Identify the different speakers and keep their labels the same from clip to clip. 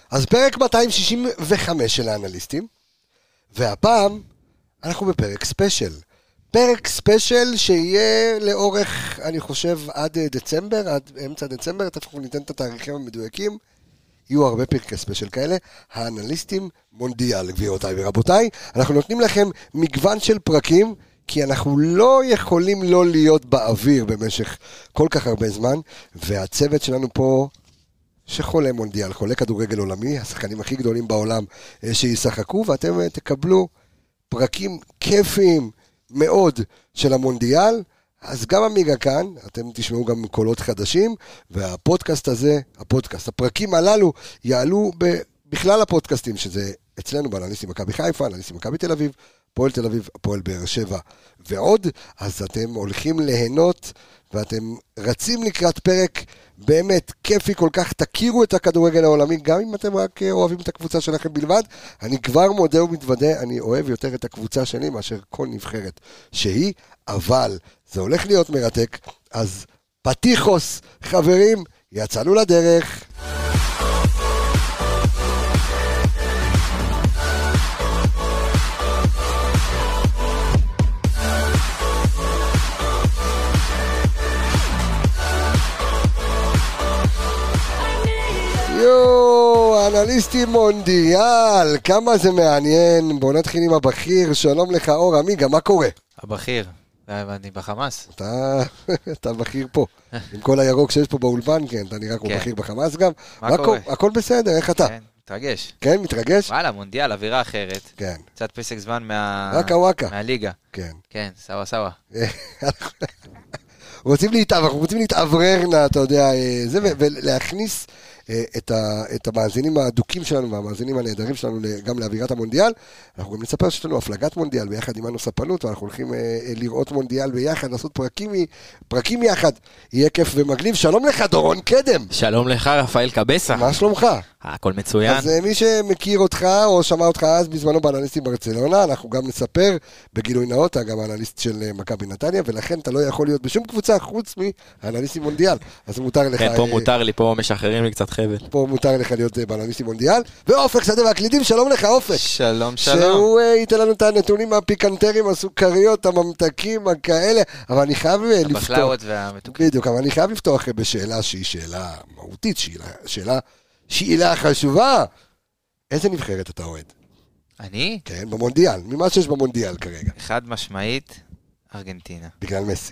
Speaker 1: אז פרק 265 של האנליסטים, והפעם אנחנו בפרק ספיישל. פרק ספיישל שיהיה לאורך, אני חושב, עד דצמבר, עד אמצע דצמבר, תכף ניתן את התאריכים המדויקים, יהיו הרבה פרקי ספיישל כאלה, האנליסטים מונדיאל, גבירותיי ורבותיי, אנחנו נותנים לכם מגוון של פרקים, כי אנחנו לא יכולים לא להיות באוויר במשך כל כך הרבה זמן, והצוות שלנו פה, שחולה מונדיאל, חולה כדורגל עולמי, השחקנים הכי גדולים בעולם שישחקו, ואתם תקבלו פרקים כיפיים מאוד של המונדיאל, אז גם עמיגה כאן, אתם תשמעו גם קולות חדשים, והפודקאסט הזה, הפרקים הללו יעלו בכלל הפודקאסטים, שזה אצלנו באנליסטים מכבי חיפה, אנליסטים מכבי תל אביב, הפועל תל אביב, הפועל באר שבע ועוד, אז אתם הולכים ליהנות, ואתם רצים לקראת פרק באמת כיפי כל כך, תכירו את הכדורגל העולמי, גם אם אתם רק אוהבים את הקבוצה שלכם בלבד, אני כבר מודה ומתוודה, אני אוהב יותר את הקבוצה שלי מאשר כל נבחרת שהיא, אבל זה הולך להיות מרתק, אז פתיחוס, חברים, יצאנו לדרך. אנליסטים מונדיאל, כמה זה מעניין. בוא נתחיל עם הבכיר, שלום לך אור, עמיגה, מה קורה?
Speaker 2: הבכיר, אני בחמאס.
Speaker 1: אתה בכיר פה, עם כל הירוק שיש פה באולפן, כן, אתה נראה כמו בכיר בחמאס גם.
Speaker 2: מה קורה?
Speaker 1: הכל בסדר, איך אתה?
Speaker 2: כן, מתרגש.
Speaker 1: כן, מתרגש?
Speaker 2: וואלה, מונדיאל, אווירה אחרת.
Speaker 1: כן.
Speaker 2: קצת פסק זמן מהליגה.
Speaker 1: כן.
Speaker 2: כן, סווה.
Speaker 1: אנחנו רוצים להתאוורר, אתה יודע, ולהכניס את המאזינים הדוקים שלנו והמאזינים הנהדרים שלנו גם לאווירת המונדיאל. אנחנו גם נספר שיש לנו הפלגת מונדיאל ביחד עם אנו ספנות, ואנחנו הולכים לראות מונדיאל ביחד, לעשות פרקים יחד. יהיה כיף ומגניב. שלום לך דורון קדם.
Speaker 3: שלום לך רפאל קבסה.
Speaker 1: מה שלומך?
Speaker 3: הכל מצוין.
Speaker 1: אז מי שמכיר אותך או שמע אותך אז בזמנו באנליסטים ברצלונה, אנחנו גם נספר בגילוי נאות, גם האנליסט של מכבי נתניה, ולכן אתה לא יכול להיות בשום קבוצה חוץ מהאנליסטים מונדיאל. אז מותר לך...
Speaker 3: כן, פה מותר לי, פה משחררים לי קצת חבל.
Speaker 1: פה מותר לך להיות באנליסטים מונדיאל. ואופק שדה והקלידים, שלום לך אופק.
Speaker 2: שלום.
Speaker 1: שהוא ייתן לנו את הנתונים הפיקנטריים, הסוכריות, הממתקים, הכאלה. אבל אני חייב לפתוח...
Speaker 2: הבקלאות והמתוקים.
Speaker 1: בדיוק, אבל אני חייב לפתוח בשאלה שהיא שאלה מהותית, שאלה חשובה. איזה נבחרת אתה אוהד?
Speaker 2: אני?
Speaker 1: כן, במונדיאל. ממה שיש במונדיאל כרגע.
Speaker 2: חד משמעית, ארגנטינה.
Speaker 1: בגלל מסי.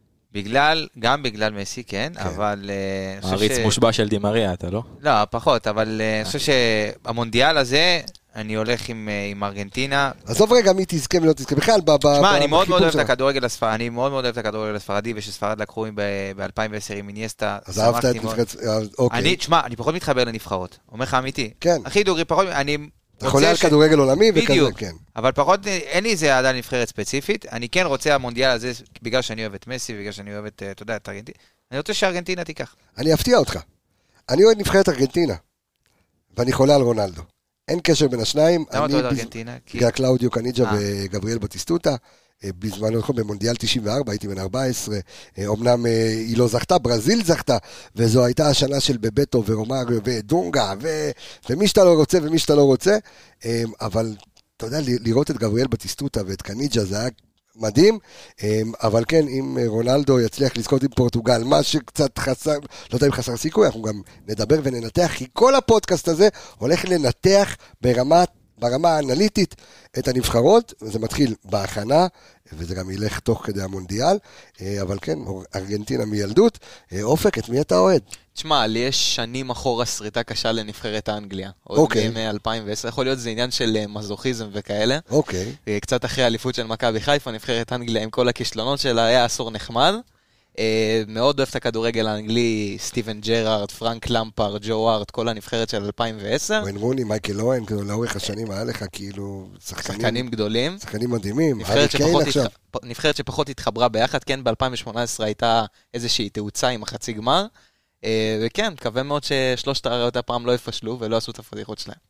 Speaker 2: גם בגלל מסי, כן, אבל...
Speaker 3: מעריץ מושבע של דימריה, אתה לא?
Speaker 2: לא, פחות, אבל אני חושב שהמונדיאל הזה, אני הולך עם ארגנטינה.
Speaker 1: עזוב רגע מי תזכה ולא תזכה. בכלל,
Speaker 2: תשמע, אני מאוד אוהב את הכדורגל הספרדי, אני מאוד אוהב את הכדורגל הספרדי, ושספרד לקחו ב-2010 עם איניאסטה.
Speaker 1: אז אהבת את נבחרת, אוקיי.
Speaker 2: תשמע, אני פחות מתחבר לנבחרות. אומר לך אמיתי.
Speaker 1: כן.
Speaker 2: הכי דוגרי, פחות, אני...
Speaker 1: אתה חולה על כדורגל עולמי וכזה, כן.
Speaker 2: אבל פחות, אין לי איזה עדיין נבחרת ספציפית. אני כן רוצה המונדיאל הזה, בגלל שאני אוהב את מסי, בגלל שאני אוהב את, אתה יודע, את ארגנטינה. אני רוצה שארגנטינה תיקח.
Speaker 1: אני אפתיע אותך. אני אוהד נבחרת ארגנטינה, ואני חולה על רונלדו. אין קשר בין השניים.
Speaker 2: למה אתה אוהד ארגנטינה?
Speaker 1: בגלל קלאודיו קניג'ה וגבריאל בטיסטוטה. בזמנו במונדיאל 94, הייתי בן 14, אמנם היא לא זכתה, ברזיל זכתה, וזו הייתה השנה של בבטו ורומאריו ודונגה, ומי שאתה לא רוצה ומי שאתה לא רוצה, אבל אתה יודע, לראות את גבריאל בטיסטוטה ואת קניג'ה זה היה מדהים, אבל כן, אם רונלדו יצליח לזכות עם פורטוגל, מה שקצת חסר, לא יודע אם חסר סיכוי, אנחנו גם נדבר וננתח, כי כל הפודקאסט הזה הולך לנתח ברמה האנליטית את הנבחרות, וזה מתחיל בהכנה, וזה גם ילך תוך כדי המונדיאל, אבל כן, ארגנטינה מילדות. אופק, את מי אתה אוהד?
Speaker 3: תשמע, לי יש שנים אחורה שריטה קשה לנבחרת האנגליה. עוד מ-2010, יכול להיות זה עניין של מזוכיזם וכאלה.
Speaker 1: אוקיי.
Speaker 3: קצת אחרי האליפות של מכבי חיפה, נבחרת האנגליה עם כל הכישלונות שלה, היה עשור נחמד. מאוד אוהב את הכדורגל האנגלי, סטיבן ג'רארד, פרנק למפרד, ג'ו ארט, כל הנבחרת של 2010.
Speaker 1: וויין רוני, מייקל אוהן, לאורך השנים היה לך כאילו
Speaker 3: שחקנים גדולים.
Speaker 1: שחקנים מדהימים.
Speaker 3: נבחרת שפחות התחברה ביחד, כן, ב-2018 הייתה איזושהי תאוצה עם החצי גמר, וכן, מקווה מאוד ששלושת הראיות הפעם לא יפשלו ולא עשו את הפדיחות שלהם.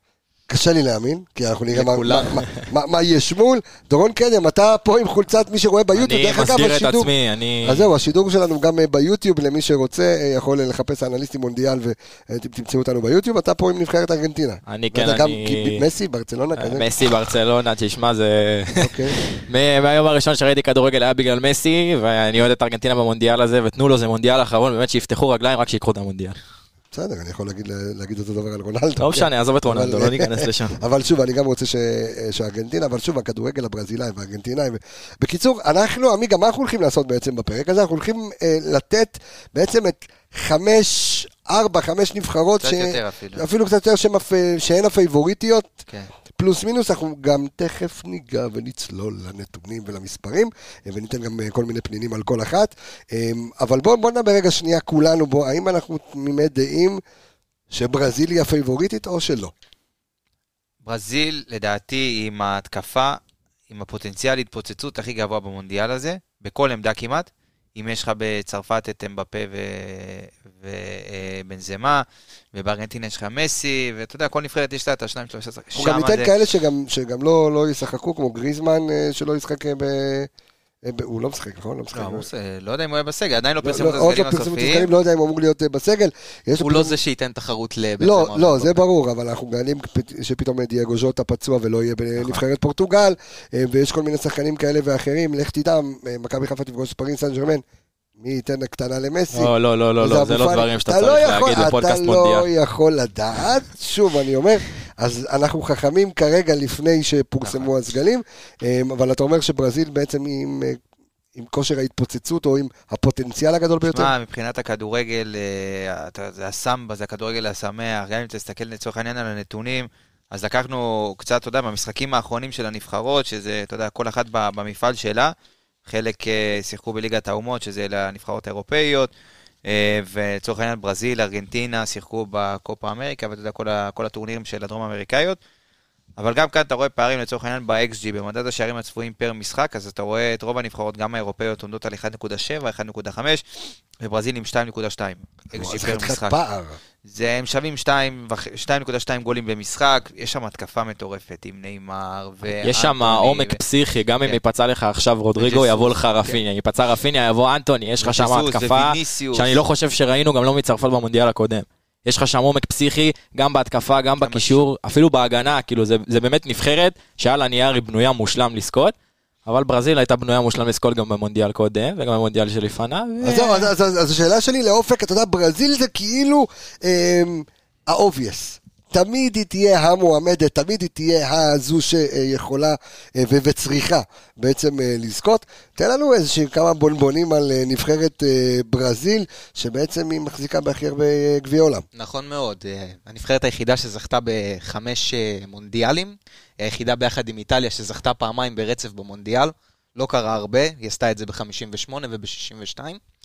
Speaker 1: קשה לי להאמין, כי אנחנו נראה מה יש מול. דורון קדם, אתה פה עם חולצת מי שרואה ביוטיוב.
Speaker 4: אני מסגיר את עצמי,
Speaker 1: אז זהו, השידור שלנו גם ביוטיוב, למי שרוצה, יכול לחפש אנליסטים מונדיאל, ותמצאו אותנו ביוטיוב, אתה פה עם נבחרת ארגנטינה.
Speaker 4: אני כן,
Speaker 1: מסי, ברצלונה כזה.
Speaker 4: מסי, ברצלונה, תשמע, זה... מהיום הראשון שראיתי כדורגל היה בגלל מסי, ואני אוהד את ארגנטינה במונדיאל הזה, ותנו לו, זה מונדיאל האחרון, באמת שיפתחו רגליים רק שיקחו את המונדיאל.
Speaker 1: בסדר, אני יכול להגיד אותו דבר על רונלדו.
Speaker 4: לא משנה, עזוב את רונלדו, לא ניכנס לשם.
Speaker 1: אבל שוב, אני גם רוצה שהארגנטינה, אבל שוב, הכדורגל הברזילאי והארגנטינאי. בקיצור, אנחנו, עמיגה, מה אנחנו הולכים לעשות בעצם בפרק הזה? אנחנו הולכים לתת בעצם את 5 נבחרות, אפילו קצת יותר שהן הפייבוריטיות, פלוס מינוס, אנחנו גם תכף ניגע ונצלול לנתונים ולמספרים, וניתן גם כל מיני פנינים על כל אחת. אבל בואו נדבר רגע שנייה כולנו בו, האם אנחנו תמימי דעים שברזיל היא הפייבוריטית או שלא?
Speaker 2: ברזיל, לדעתי, היא עם ההתקפה, עם הפוטנציאל התפוצצות הכי גבוה במונדיאל הזה, בכל עמדה כמעט. אם יש לך בצרפת את אמבפה ובנזמה, ובארגנטינה יש לך מסי, ואתה יודע, כל נבחרת יש לה את השניים שלו.
Speaker 1: הוא גם ניתן כאלה שגם לא ישחקו, כמו גריזמן שלא ישחק הוא לא משחק, נכון?
Speaker 2: לא יודע אם הוא יהיה בסגל, עדיין לא פרסמו את הסגלים הסופיים.
Speaker 1: לא יודע אם הוא אמור להיות בסגל.
Speaker 3: הוא לא זה שייתן תחרות
Speaker 1: לבנזמה. לא, זה ברור, אבל אנחנו גלים שפתאום דייגו ז'וטה פצוע ולא יהיה בנבחרת פורטוגל, ויש כל מיני שחקנים כאלה ואחרים, לך תדע, מכבי חיפה תפגוש פריז סן ז'רמן, מי ייתן הקטנה למסי?
Speaker 4: לא, זה לא דברים שאתה צריך להגיד בפודקאסט מונדיאל.
Speaker 1: אתה לא יכול לדעת, שוב אני אומר, אז אנחנו חכמים כרגע לפני שפורסמו הסגלים, אבל אתה אומר שברזיל בעצם עם כושר ההתפוצצות או עם הפוטנציאל הגדול ביותר?
Speaker 2: מבחינת הכדורגל, זה הסמבה, זה הכדורגל השמח, גם אם תסתכל לצורך העניין על הנתונים, אז לקחנו קצת, אתה יודע, במשחקים האחרונים של הנבחרות, שזה, אתה יודע, כל אחת במפעל שלה, חלק שיחקו בליגת האומות, שזה לנבחרות האירופאיות, ולצורך העניין ברזיל, ארגנטינה, שיחקו בקופה אמריקה, ואתה יודע, כל הטורנירים של הדרום האמריקאיות, אבל גם כאן אתה רואה פערים לצורך העניין ב-XG, במדד השערים הצפויים פר משחק, אז אתה רואה את רוב הנבחרות, גם האירופאיות, עומדות על 1.7, 1.5, וברזיל עם 2.2, XG פר משחק. הם שווים 2.2 גולים במשחק, יש שם התקפה מטורפת עם ניימר ואנטוני.
Speaker 4: יש שם עומק פסיכי, גם אם יפצע לך עכשיו רודריגו, יבוא לך רפיניה, יפצע רפיניה, יבוא אנטוני, יש לך שם התקפה שאני לא חושב שראינו, גם לא מצרפת במונדיאל הקודם. יש לך שם עומק פסיכי, גם בהתקפה, גם בקישור, אפילו בהגנה, כאילו זה באמת נבחרת שעל הנייר היא בנויה מושלם לזכות, אבל ברזיל הייתה בנויה מושלם לזכות גם במונדיאל קודם, וגם במונדיאל שלפניו.
Speaker 1: אז השאלה שלי לאופק, אתה יודע, ברזיל זה כאילו ה-obvious. תמיד היא תהיה המועמדת, תמיד היא תהיה הזו שיכולה וצריכה בעצם לזכות. תן לנו איזושהי כמה בונבונים על נבחרת ברזיל, שבעצם היא מחזיקה בהכי הרבה גביע עולם.
Speaker 3: נכון מאוד. הנבחרת היחידה שזכתה ב5 מונדיאלים, היחידה ביחד עם איטליה שזכתה פעמיים ברצף במונדיאל, לא קרה הרבה, היא עשתה את זה ב-58 וב-62.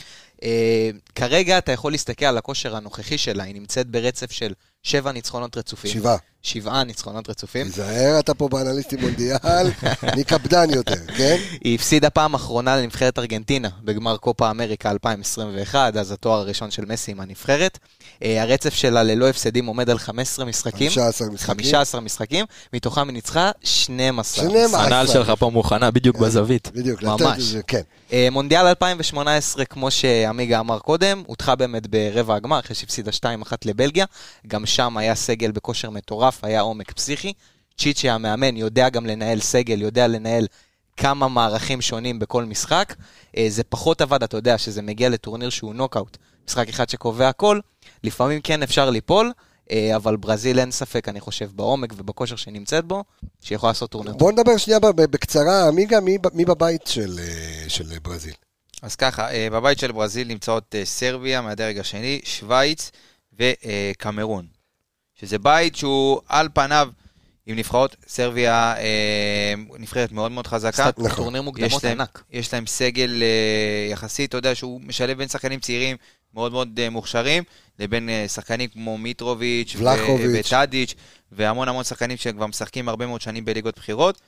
Speaker 3: כרגע אתה יכול להסתכל על הכושר הנוכחי שלה, היא נמצאת ברצף של 7 ניצחונות רצופים. 7 ניצחונות רצופים.
Speaker 1: תיזהר, אתה פה באנליסטים מונדיאל, אני קפדן יותר, כן?
Speaker 3: היא הפסידה פעם אחרונה לנבחרת ארגנטינה, בגמר קופה אמריקה 2021, אז התואר הראשון של מסי עם הנבחרת. הרצף שלה ללא הפסדים עומד על 15 משחקים. 15 משחקים, מתוכם היא ניצחה 12.
Speaker 4: הנעל שלך פה מוכנה, בדיוק בזווית.
Speaker 1: בדיוק,
Speaker 3: ממש.
Speaker 1: כן.
Speaker 3: מונדיאל 2018, כמו שעמיגה אמר קודם, הותחה באמת ברבע הגמר, אחרי שהפסידה 2-1 לבלגיה, גם שם היה סגל בכושר מטורף, היה עומק פסיכי, צ'יצ'י המאמן יודע גם לנהל סגל, יודע לנהל כמה מערכים שונים בכל משחק, זה פחות עבד, אתה יודע שזה מגיע לטורניר שהוא נוקאוט, משחק אחד שקובע הכל, לפעמים כן אפשר ליפול, אבל ברזיל אין ספק, אני חושב, בעומק ובכושר שנמצאת בו, שיכולה לעשות טורניר.
Speaker 1: בואו נדבר שנייה בקצרה, עמיגה, מי בבית של ברזיל?
Speaker 2: אז ככה, בבית של ברזיל נמצאות סרביה מהדרג השני, שוויץ וקמרון. שזה בית שהוא על פניו עם נבחרות, סרביה נבחרת מאוד מאוד חזקה.
Speaker 3: טורניר מוקדמות ענק.
Speaker 2: יש להם סגל יחסית, אתה יודע, שהוא משלב בין שחקנים צעירים מאוד מאוד מוכשרים, לבין שחקנים כמו מיטרוביץ' וטאדיץ', והמון המון שחקנים שכבר משחקים הרבה מאוד שנים בליגות בחירות.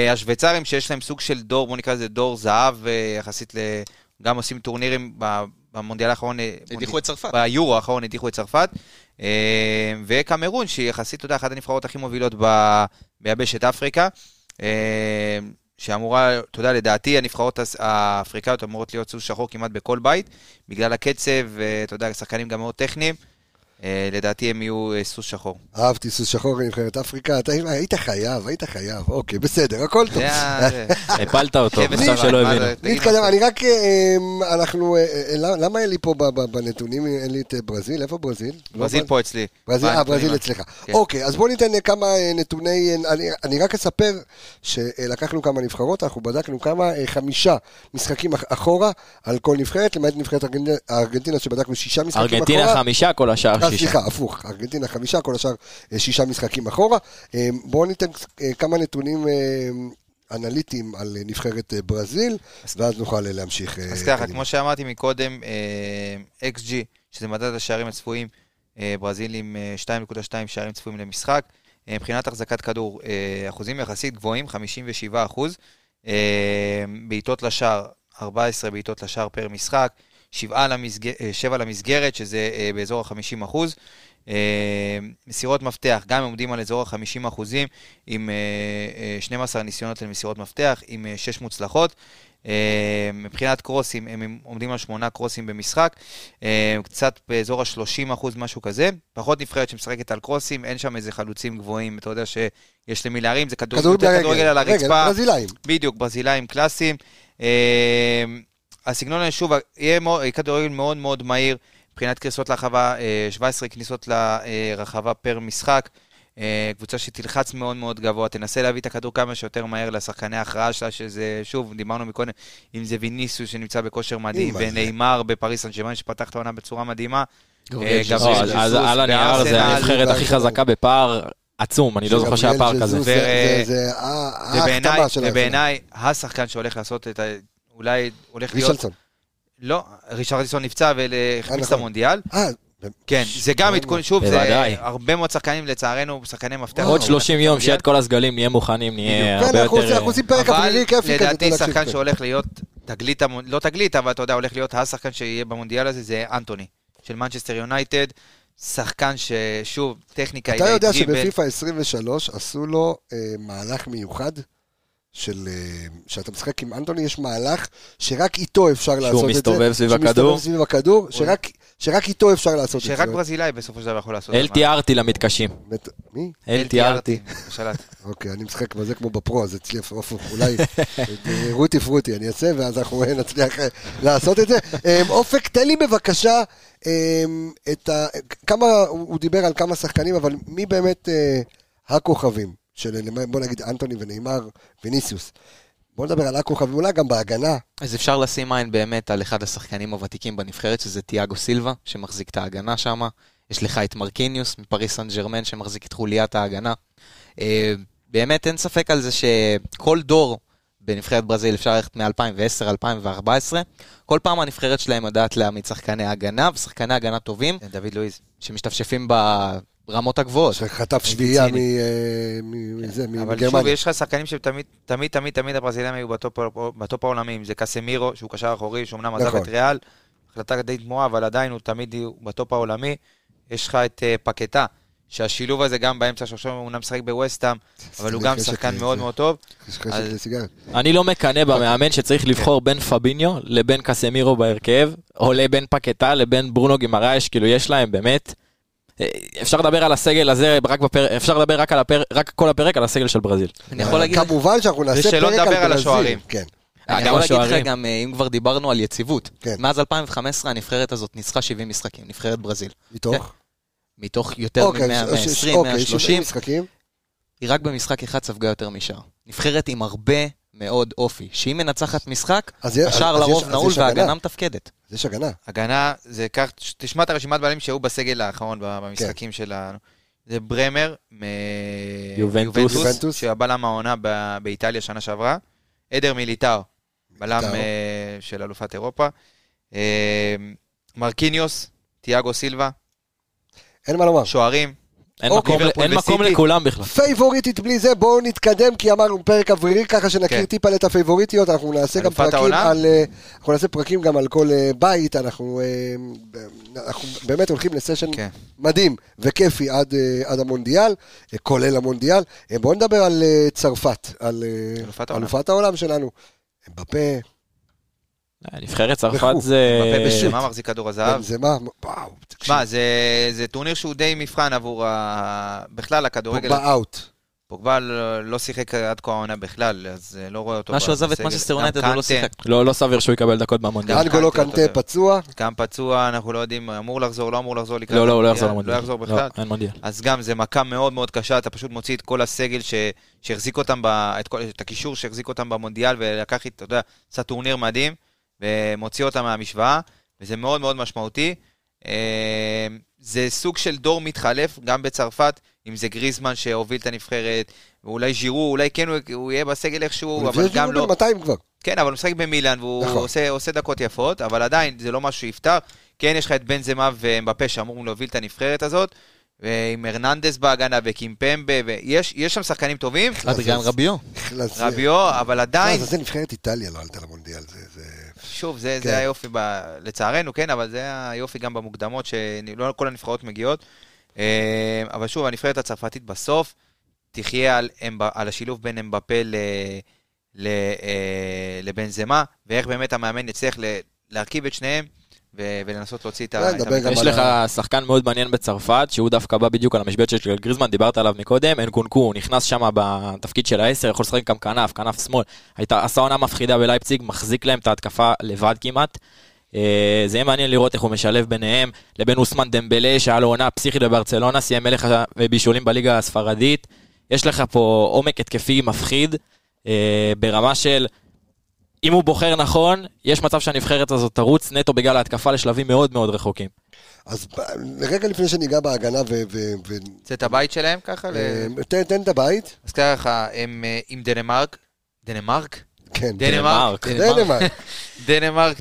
Speaker 2: השוויצרים שיש להם סוג של דור, בוא נקרא לזה דור זהב, יחסית גם עושים טורנירים במונדיאל האחרון,
Speaker 3: הדיחו את צרפת.
Speaker 2: ביורו האחרון הדיחו את צרפת, וקמרון, שהיא יחסית, אתה יודע, אחת הנבחרות הכי מובילות ביבשת אפריקה, שאמורה, אתה יודע, לדעתי הנבחרות האפריקאיות אמורות להיות סוס שחור כמעט בכל בית, בגלל הקצב, ואתה יודע, שחקנים גם מאוד טכניים, לדעתי הם יהיו סוס שחור.
Speaker 1: אהבתי סוס שחור לנבחרת אפריקה, היית חייב, אוקיי, בסדר, הכל טוב.
Speaker 4: הפלת אותו, בסוף שלא הבינו.
Speaker 1: נתקדם, אני רק, למה אין לי פה בנתונים, אין לי את ברזיל, איפה ברזיל?
Speaker 2: ברזיל פה אצלי.
Speaker 1: ברזיל אצלך. אוקיי, אז בואו ניתן כמה נתוני, אני רק אספר שלקחנו כמה נבחרות, אנחנו בדקנו 5 משחקים אחורה על כל נבחרת, למעט נבחרת ארגנטינה שבדקנו 6 משחקים אחורה.
Speaker 4: ארגנטינה 5, כל השאר 6.
Speaker 1: סליחה, הפוך, ארגנטינה 5, כל השאר 6 משחקים אחורה. בואו ניתן כמה נתונים אנליטיים על נבחרת ברזיל, ואז נוכל להמשיך.
Speaker 2: אז ככה, כמו שאמרתי מקודם, XG, שזה מדד השערים הצפויים, ברזיל עם 2.2 שערים צפויים למשחק. מבחינת החזקת כדור, אחוזים יחסית גבוהים, 57%. בעיטות לשער, 14 בעיטות לשער פר משחק. 7 למסגרת, שזה באזור ה-50%. מסירות מפתח, גם עומדים על אזור ה-50%, עם 12 ניסיונות למסירות מפתח, עם 6 מוצלחות. מבחינת קרוסים, הם עומדים על 8 קרוסים במשחק, קצת באזור ה-30%, משהו כזה. פחות נבחרת שמשחקת על קרוסים, אין שם איזה חלוצים גבוהים, אתה יודע שיש למי להרים, זה כדורגל על הרצפה.
Speaker 1: ברזילאים.
Speaker 2: בדיוק, ברזילאים קלאסיים. הסגנון שוב, יהיה כדורגל מאוד מאוד מהיר, מבחינת כניסות לרחבה, 17 כניסות לרחבה פר משחק, קבוצה שתלחץ מאוד מאוד גבוה, תנסה להביא את הכדור כמה שיותר מהר לשחקני ההכרעה שלה, שזה שוב, דיברנו מקודם, אם זה ויניסיוס שנמצא בכושר מדהים, וניימר בפריס סן ז'רמן שפתח את העונה בצורה מדהימה.
Speaker 4: אז על הנייר זה הנבחרת הכי חזקה בפער עצום, אני לא זוכר שהיה פער כזה.
Speaker 2: ובעיניי, השחקן שהולך לעשות את אולי הולך להיות...
Speaker 1: ריצ'רדסון.
Speaker 2: לא, ריצ'רדסון נפצע והחמיץ את המונדיאל. כן, זה גם עדכון, שוב, זה הרבה מאוד שחקנים, לצערנו, שחקני מפתח.
Speaker 4: עוד 30 יום שיהיה את כל הסגלים, נהיה מוכנים, נהיה הרבה יותר...
Speaker 1: אנחנו עושים פרק אפילו כיפי.
Speaker 2: לדעתי שחקן שהולך להיות תגלית, לא תגלית, אבל אתה יודע, הולך להיות השחקן שיהיה במונדיאל הזה, זה אנטוני, של מנצ'סטר יונייטד, שחקן ששוב, טכניקה...
Speaker 1: אתה יודע שבפיפה 23 עשו לו מהלך מיוחד, שאתה משחק עם אנטוני, יש מהלך שרק איתו אפשר לעשות את זה.
Speaker 4: שהוא מסתובב סביב הכדור.
Speaker 1: שרק איתו אפשר לעשות את זה.
Speaker 2: שרק ברזילאי בסופו של דבר יכול לעשות את זה.
Speaker 4: LTRT למתקשים.
Speaker 1: מי?
Speaker 4: LTRT.
Speaker 1: אוקיי, אני משחק בזה כמו בפרו, אז אצלי אולי רותי פרוטי אני אעשה, ואז אנחנו נצליח לעשות את זה. אופק, תן לי בבקשה כמה, הוא דיבר על כמה שחקנים, אבל מי באמת הכוכבים? בוא נגיד אנטוני וניימר וניסיוס. בוא נדבר על הכוכבים, אולי גם בהגנה.
Speaker 3: אז אפשר לשים עין באמת על אחד השחקנים הוותיקים בנבחרת, שזה תיאגו סילבה, שמחזיק את ההגנה שם. יש לך את מרקיניוס מפריס סן ז'רמן, שמחזיק את חוליית ההגנה. באמת אין ספק על זה שכל דור בנבחרת ברזיל אפשר ללכת מ-2010-2014. כל פעם הנבחרת שלהם יודעת להעמיד שחקני הגנה, ושחקני הגנה טובים.
Speaker 2: דוד לואיז.
Speaker 3: שמשתפשפים ברמות הגבוהות.
Speaker 1: שחטף שביעייה מגרמניה.
Speaker 2: אבל שוב, יש לך שחקנים שתמיד הברזילאים היו בטופ העולמי, אם זה קסמירו, שהוא קשר אחורי, שאומנם עזב את ריאל, החלטה די תמוהה, אבל עדיין הוא תמיד בטופ העולמי. יש לך את פקטה, שהשילוב הזה גם באמצע, שעכשיו הוא משחק בווסטהאם, אבל הוא גם שחקן מאוד מאוד טוב.
Speaker 4: אני לא מקנה במאמן שצריך לבחור בין פביניו לבין קסמירו בהרכב, או לבין פקטה לבין ברונו גימרייש, כאילו יש להם באמת... אפשר לדבר על הסגל הזה, אפשר לדבר רק כל הפרק על הסגל של ברזיל.
Speaker 1: כמובן שאנחנו נעשה פרק על ברזיל.
Speaker 3: אני יכול להגיד לך גם, אם כבר דיברנו על יציבות, מאז 2015 הנבחרת הזאת ניצחה 70 משחקים, נבחרת ברזיל. מתוך יותר מ-120, 130. היא רק במשחק אחד ספגה יותר משאר. נבחרת עם הרבה מאוד אופי, שאם מנצחת משחק, השאר לרוב נעול וההגנה מתפקדת.
Speaker 1: יש הגנה.
Speaker 2: הגנה, זה כך, תשמע את הרשימת בעלים שהיו בסגל האחרון במשחקים שלנו. זה ברמר, מיובנטוס, שהבלם העונה באיטליה שנה שעברה. אדר מיליטאו, בלם של אלופת אירופה. מרקיניוס, תיאגו סילבה.
Speaker 1: אין מה לומר.
Speaker 2: שוערים,
Speaker 4: אין מקום לכולם בכלל.
Speaker 1: פייבוריטית בלי זה, בואו נתקדם, כי אמרנו פרק אווירי, ככה שנכיר טיפה את הפייבוריטיות, אנחנו נעשה גם פרקים גם על כל בית, אנחנו באמת הולכים לסשן מדהים וכיפי עד המונדיאל, כולל המונדיאל. בואו נדבר על צרפת, על אלופת העולם שלנו. אמבפה.
Speaker 4: נבחרת צרפת זה...
Speaker 2: בנזמה מחזיק כדור הזהב.
Speaker 1: בנזמה, וואו.
Speaker 2: מה, זה טורניר שהוא די מבחן עבור בכלל הכדורגל.
Speaker 1: פוגבה אאוט.
Speaker 2: פוגבה לא שיחק עד כה העונה בכלל, אז לא רואה אותו.
Speaker 3: מה שהוא עזב את מנצ'סטר יונייטד הוא לא שיחק.
Speaker 4: לא סביר שהוא יקבל דקות במונדיאל.
Speaker 1: אנגולו קנטה פצוע.
Speaker 2: גם פצוע, אנחנו לא יודעים, אמור לחזור, לא אמור לחזור.
Speaker 4: לא, לא יחזור למונדיאל.
Speaker 2: לא יחזור בכלל.
Speaker 4: אין מונדיאל.
Speaker 2: אז גם זה מכה מאוד מאוד קשה, אתה פשוט מוציא את כל הסגל שהחזיק אותם, את הקישור שהחזיק אותם במונדיאל, ולקח, אתה יודע, עשה טורניר מדהים, ומוציא אותם מהמשוואה, וזה מאוד מאוד משמעותי. זה סוג של דור מתחלף, גם בצרפת, אם זה גריזמן שהוביל את הנבחרת, ואולי ז'ירו, אולי כן הוא יהיה בסגל איכשהו, אבל גם לא.
Speaker 1: 200 כבר.
Speaker 2: כן, אבל הוא משחק במילאן, והוא עושה דקות יפות, אבל עדיין זה לא משהו שיפתר. כן, יש לך את בנזמה ומבפה שאמורים להוביל את הנבחרת הזאת, ועם הרננדס בהגנה וקימפמבה, ויש שם שחקנים טובים.
Speaker 3: אדריאן רביו.
Speaker 2: רביו, אבל לא
Speaker 1: זה נבחרת איטליה, לא עלתה למונדיאל.
Speaker 2: שוב, זה היופי, לצערנו, כן, אבל זה היופי גם במוקדמות, שלא כל הנבחרות מגיעות. אבל שוב, הנבחרת הצרפתית בסוף, תחיה על השילוב בין אמבפה לבנזמה, ואיך באמת המאמן יצליח להרכיב את שניהם, ולנסות להוציא את המקום.
Speaker 4: יש לך שחקן מאוד מעניין בצרפת, שהוא דווקא בא בדיוק על המשבצת של גריזמן, דיברת עליו מקודם, אנקונקו, הוא נכנס שם בתפקיד של ה-10, יכול לשחק גם כנף שמאל, עשה עונה מפחידה בלייפציג, מחזיק להם את ההתקפה לבד כמעט, זה יהיה מעניין לראות איך הוא משלב ביניהם, לבין אוסמן דמבלה, שהיה לו עונה פסיכית בברצלונה, סיים מלך ובישולים בליגה הספרדית, יש לך פה עומק התקפי מפחיד, ברמה של אם הוא בוחר נכון, יש מצב שהנבחרת הזאת תרוץ נטו בגלל ההתקפה לשלבים מאוד מאוד רחוקים.
Speaker 1: אז רגע לפני שניגע בהגנה
Speaker 2: זה את הבית שלהם ככה?
Speaker 1: תן את הבית.
Speaker 2: אז ככה, הם עם דנמרק. דנמרק?
Speaker 1: כן.
Speaker 2: דנמרק,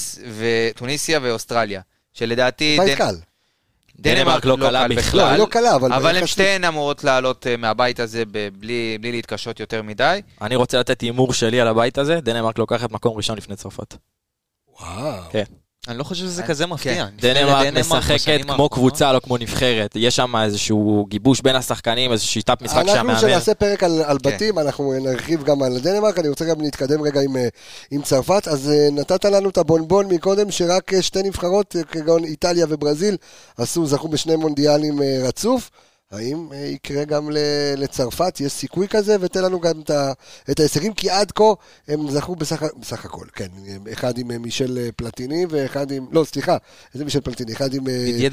Speaker 2: טוניסיה ואוסטרליה. שלדעתי...
Speaker 1: בית קל.
Speaker 2: דנמרק לא קלה בכלל,
Speaker 1: לא קלה,
Speaker 2: אבל הם שתיהן אמורות לעלות מהבית הזה בלי להתקשות יותר מדי.
Speaker 4: אני רוצה לתת אימור שלי על הבית הזה, דנמרק לוקחת מקום ראשון לפני צרפת.
Speaker 1: וואו.
Speaker 4: כן.
Speaker 3: אני לא חושב שזה כזה מפתיע.
Speaker 4: דנמרק משחקת כמו קבוצה, לא כמו נבחרת. יש שם איזשהו גיבוש בין השחקנים, איזושהי שיטת משחק שהמאמן.
Speaker 1: אנחנו שנעשה פרק על בתים, אנחנו נרחיב גם על דנמרק, אני רוצה גם להתקדם רגע עם צרפת, אז נתת לנו את הבונבון מקודם, שרק שתי נבחרות, כגון איטליה וברזיל, זכו בשני מונדיאלים רצוף. האם יקרה גם לצרפת, יש סיכוי כזה, ותן לנו גם את ההישגים, כי עד כה הם זכו בסך הכל, כן, אחד עם מישל פלטיני, ואחד עם, לא, סליחה, איזה מישל פלטיני, אחד עם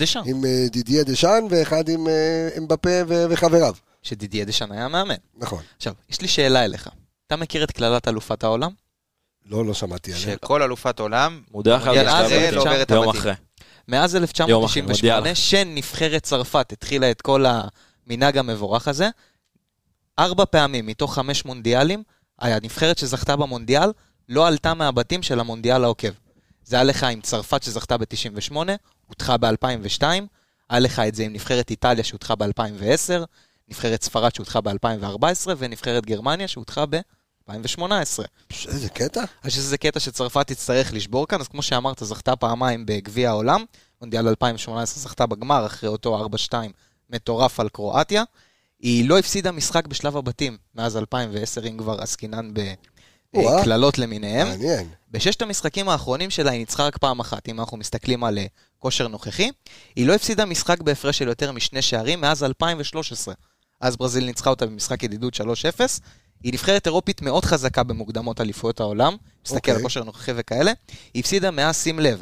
Speaker 1: דידיה דשאן, ואחד עם אמבפה וחבריו.
Speaker 3: שדידיה דשאן היה מאמן.
Speaker 1: נכון.
Speaker 3: עכשיו, יש לי שאלה אליך, אתה מכיר את כללת אלופת העולם?
Speaker 1: לא שמעתי עליה.
Speaker 2: שכל אלופת העולם,
Speaker 4: מודח על
Speaker 2: זה לא עובר את הבתים.
Speaker 3: מאז 1998, שנבחרת צרפת התחילה את כל המנהג המבורך הזה, 4 פעמים מתוך 5 מונדיאלים, הנבחרת שזכתה במונדיאל לא עלתה מהבתים של המונדיאל העוקב. זה היה לך עם צרפת שזכתה ב-98, הותחה ב-2002, היה לך את זה עם נבחרת איטליה שהותחה ב-2010, נבחרת ספרד שהותחה ב-2014, ונבחרת גרמניה שהותחה ב-2018.
Speaker 1: איזה קטע?
Speaker 3: אז שזה קטע שצרפת תצטרך לשבור כאן, אז כמו שאמרת, זכתה פעמיים בגביע העולם, מונדיאל 2018 זכתה בגמר אחרי אותו 4-2 מטורף על קרואטיה, היא לא הפסידה משחק בשלב הבתים מאז 2010, אם כבר עסקינן בכללות למיניהם.
Speaker 1: מעניין.
Speaker 3: בששת המשחקים האחרונים שלה היא ניצחה רק פעם אחת, אם אנחנו מסתכלים על כושר נוכחי, היא לא הפסידה משחק בהפרש של יותר משני שערים מאז 2013. אז ברזיל ניצחה אותה במשחק ידידות 3-0, היא נבחרת אירופית מאוד חזקה במוקדמות אליפויות העולם, מסתכל על כושר נוכחי וכאלה, היא הפסידה מאז, שים לב,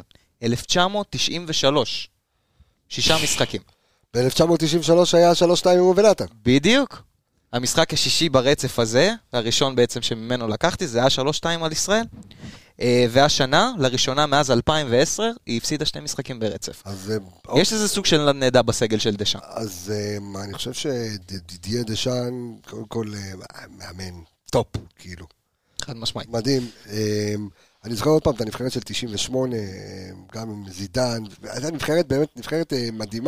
Speaker 3: 1993, 6 משחקים.
Speaker 1: ב-1993 היה 3-2 עם ובלטה.
Speaker 3: בדיוק. המשחק השישי ברצף הזה, הראשון בעצם שממנו לקחתי, זה היה 3-2 על ישראל. והשנה, לראשונה מאז 2010, היא הפסידה 2 משחקים ברצף. יש איזה סוג של נדע בסגל של דשאן.
Speaker 1: אז אני חושב שדידיה דשאן, קודם כל, מאמן טופ, כאילו.
Speaker 3: חד משמעית.
Speaker 1: מדהים. אני זוכר עוד פעם את הנבחרת של 98, גם עם זידן, הייתה נבחרת, באמת נבחרת מדהימה,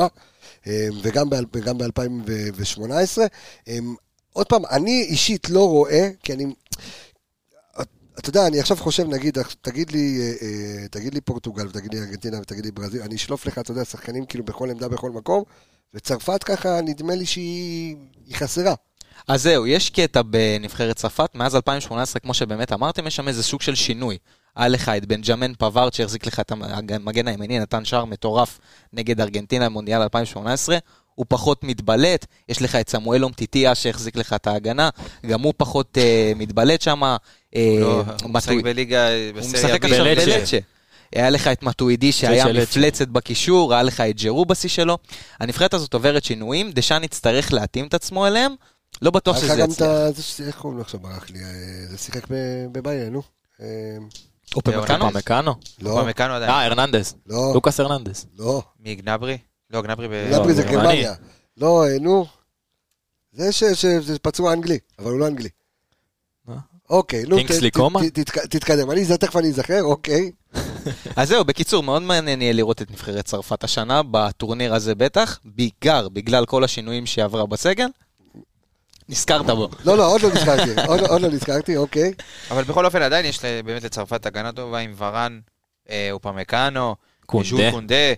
Speaker 1: וגם ב-2018. עוד פעם, אני אישית לא רואה, כי אני... אתה יודע, אני עכשיו חושב, נגיד, תגיד לי פורטוגל, ותגיד לי ארגנטינה, ותגיד לי ברזיל, אני אשלוף לך, אתה יודע, שחקנים כאילו בכל עמדה, בכל מקום, וצרפת ככה, נדמה לי שהיא חסרה.
Speaker 3: אז זהו, יש קטע בנבחרת צרפת, מאז 2018, כמו שבאמת אמרתם, יש שם איזה סוג של שינוי. היה לך את בנג'מן פאבארד, שהחזיק לך את המגן הימני, נתן שער מטורף נגד ארגנטינה במונדיאל 2018, הוא פחות מתבלט, יש לך את סמואל אומטיטיה שהחזיק לך את ההגנה, גם הוא פחות מתבלט שם.
Speaker 2: הוא משחק בליגה,
Speaker 3: הוא משחק עכשיו בלצ'ה. היה לך את מטואידי שהיה מפלצת בקישור, היה לך את ג'רובסי שלו. הנבחרת הזאת עוברת שינויים, דשאן יצטרך להתאים את עצמו אליהם, לא בטוח שזה יצליח.
Speaker 1: איך קוראים לו עכשיו ברח לי? זה שיחק בביירן, נו?
Speaker 4: אופמקאנו?
Speaker 1: לא.
Speaker 4: הרננדז.
Speaker 1: לא.
Speaker 4: לוקאס הרננדז.
Speaker 1: לא.
Speaker 2: מגנברי? לא, גנברי
Speaker 1: גנברי זה גרמניה. לא, נו. זה פצוע אנגלי, אבל הוא לא אנגלי. אוקיי, נו, תתקדם. תכף אני אזכר, אוקיי.
Speaker 3: אז זהו, בקיצור, מאוד מעניין יהיה לראות את נבחרת צרפת השנה, בטורניר הזה בטח, בעיקר בגלל כל השינויים שעברה בסגל. נזכרת בו.
Speaker 1: לא, עוד לא נזכרתי, אוקיי.
Speaker 2: אבל בכל אופן עדיין יש באמת לצרפת הגנה טובה עם ורן, אופמקאנו, ז'ול קונדה,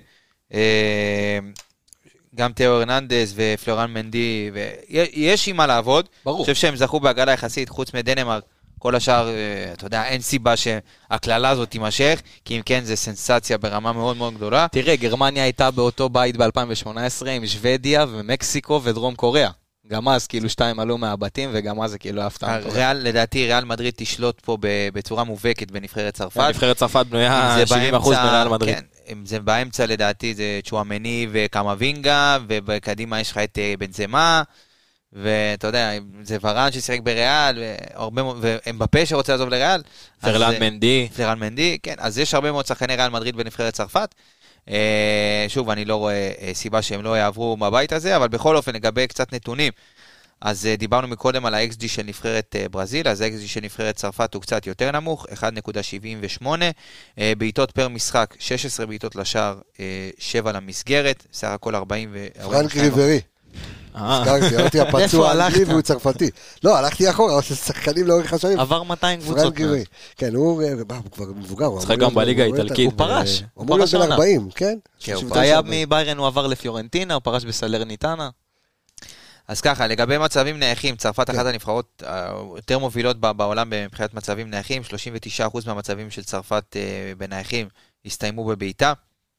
Speaker 2: גם תאו הרננדז ופלורן מנדי, ויש עם מה לעבוד.
Speaker 3: ברור.
Speaker 2: אני חושב שהם זכו בהגרלה יחסית, חוץ מדנמרק, כל השאר, אתה יודע, אין סיבה שהכללה הזאת תימשך, כי אם כן, זה סנסציה ברמה מאוד מאוד גדולה.
Speaker 3: תראה, גרמניה הייתה באותו בית ב-2018 עם שוודיה ומקסיקו ודרום קוריאה. גם אז כאילו 2 עלו מהבתים, וגם אז זה כאילו הפתעה.
Speaker 2: לדעתי ריאל מדריד תשלוט פה בצורה מובהקת בנבחרת צרפת.
Speaker 4: נבחרת צרפת בנויה 70% מריאל מדריד.
Speaker 2: כן, אם זה באמצע לדעתי זה צ'ואמני וקמאבינגה, ובקדימה יש לך את בנזמה, ואתה יודע, זה ורן ששיחק בריאל, ואמבפה שרוצה לעזוב לריאל. פרלן מנדי, כן, אז יש הרבה מאוד שחקני ריאל מדריד בנבחרת צרפת. שוב, אני לא רואה סיבה שהם לא יעברו מהבית הזה, אבל בכל אופן, לגבי קצת נתונים, אז דיברנו מקודם על ה-XG של נבחרת ברזיל, אז ה-XG של נבחרת צרפת הוא קצת יותר נמוך, 1.78, בעיטות פר משחק, 16 בעיטות לשער, 7 למסגרת, סך הכל 40
Speaker 1: פרנק ריברי. הזכרתי, הלכתי הפצוע אנגלי והוא צרפתי. לא, הלכתי אחורה, אבל שחקנים לאורך השנים.
Speaker 3: עבר 200 קבוצות.
Speaker 1: כן, הוא כבר מבוגר.
Speaker 4: שחק גם בליגה האיטלקית.
Speaker 3: הוא פרש.
Speaker 1: הוא אמור להיות בן 40, כן?
Speaker 3: הוא היה מביירן, הוא עבר לפיורנטינה, הוא פרש בסלרניטנה.
Speaker 2: אז ככה, לגבי מצבים נייחים, צרפת אחת הנבחרות יותר מובילות בעולם מבחינת מצבים נייחים, 39% מהמצבים של צרפת בנייחים הסתיימו בביתה.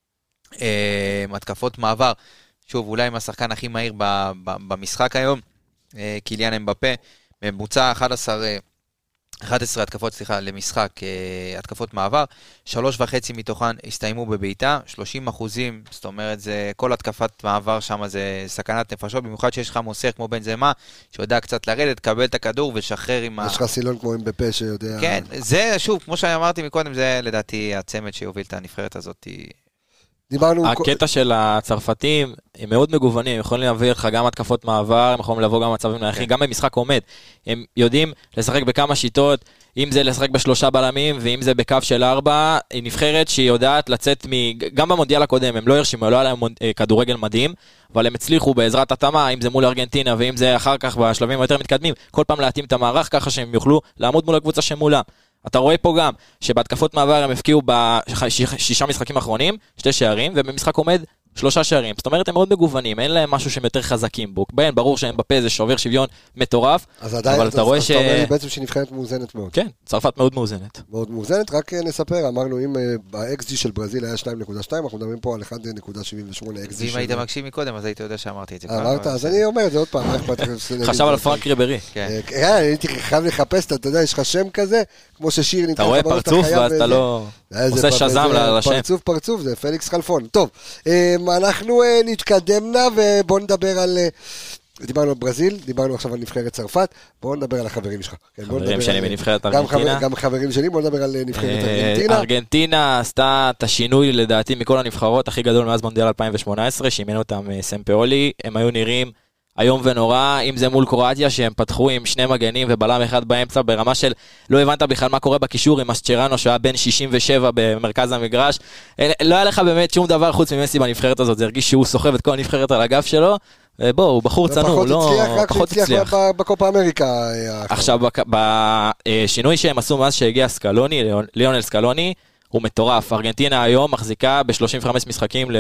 Speaker 2: התקפות מעבר, שוב, אולי עם השחקן הכי מהיר במשחק היום, קיליאן אמבפה, ממוצע 11 התקפות, למשחק, התקפות מעבר, 3.5 מתוכן הסתיימו בביתה, 30%, זאת אומרת, כל התקפת מעבר שם זה סכנת נפשות, במיוחד שיש לך מוסר כמו בנזמה, שיודע קצת לרדת, קבל את הכדור ולשחרר עם
Speaker 1: יש לך סילון כמו אמבפה שיודע...
Speaker 2: כן, זה, שוב, כמו שאמרתי מקודם, זה לדעתי הצמד שיוביל את הנבחרת הזאת.
Speaker 4: הקטע של הצרפתים הם מאוד מגוונים, הם יכולים להביא לך גם התקפות מעבר, הם יכולים לבוא גם מצבים נייחים, גם במשחק עומד. הם יודעים לשחק בכמה שיטות, אם זה לשחק ב3 בלמים, ואם זה בקו של 4, היא נבחרת שהיא יודעת לצאת גם במונדיאל הקודם, הם לא הרשימו, לא היה להם כדורגל מדהים, אבל הם הצליחו בעזרת התאמה, אם זה מול ארגנטינה, ואם זה אחר כך בשלבים היותר מתקדמים, כל פעם להתאים את המערך ככה שהם יוכלו לעמוד מול הקבוצה שמולה. אתה רואה פה גם שבהתקפות מעבר הם הפקיעו ב6 משחקים האחרונים, 2 שערים, ובמשחק עומד 3 שערים. זאת אומרת, הם מאוד מגוונים, אין להם משהו שהם יותר חזקים בו. בין, ברור שהם בפה זה שובר שוויון מטורף, אבל אתה רואה
Speaker 1: אתה אומר לי בעצם שנבחרת מאוזנת מאוד.
Speaker 4: כן, צרפת מאוד מאוזנת.
Speaker 1: מאוד מאוזנת, רק נספר, אמרנו, אם ה-XG של ברזיל היה 2.2, אנחנו מדברים פה על 1.78 XG.
Speaker 2: ואם היית מקשיב מקודם, אז היית יודע שאמרתי את זה.
Speaker 1: אמרת, אז אני אומר את זה עוד פעם.
Speaker 4: חשב על פרנק ריברי.
Speaker 1: הייתי חייב לחפש, אתה יודע, יש לך שם כזה, כמו ששיר
Speaker 4: אתה רואה פרצוף ואז אתה לא עושה שזם לשם.
Speaker 1: פרצוף, זה פליקס חלפון. טוב, אנחנו נתקדמנה ובואו נדבר על... דיברנו על ברזיל, דיברנו עכשיו על נבחרת צרפת, בואו נדבר על החברים שלך.
Speaker 4: חברים שלי בנבחרת ארגנטינה.
Speaker 1: גם חברים שלי, בואו נדבר על נבחרת ארגנטינה.
Speaker 4: ארגנטינה עשתה את השינוי לדעתי מכל הנבחרות הכי גדול מאז מונדיאל 2018, שאימן אותם סמפאולי, הם היו נראים היום ונורא, אם זה מול קרואטיה, שהם פתחו עם 2 מגנים ובלם אחד באמצע, ברמה של לא הבנת בכלל מה קורה בקישור עם מסצ'רנו, שהיה בן 67 במרכז המגרש. לא היה לך באמת שום דבר חוץ ממסי בנבחרת הזאת, זה הרגיש שהוא סוחב את כל הנבחרת על הגב שלו, בוא, הוא בחור צנוע,
Speaker 1: פחות הצליח בקופה אמריקה.
Speaker 4: עכשיו, בשינוי שהם עשו מאז שהגיע סקלוני, ליונל סקלוני, הוא מטורף. ארגנטינה היום מחזיקה ב-35 משחקים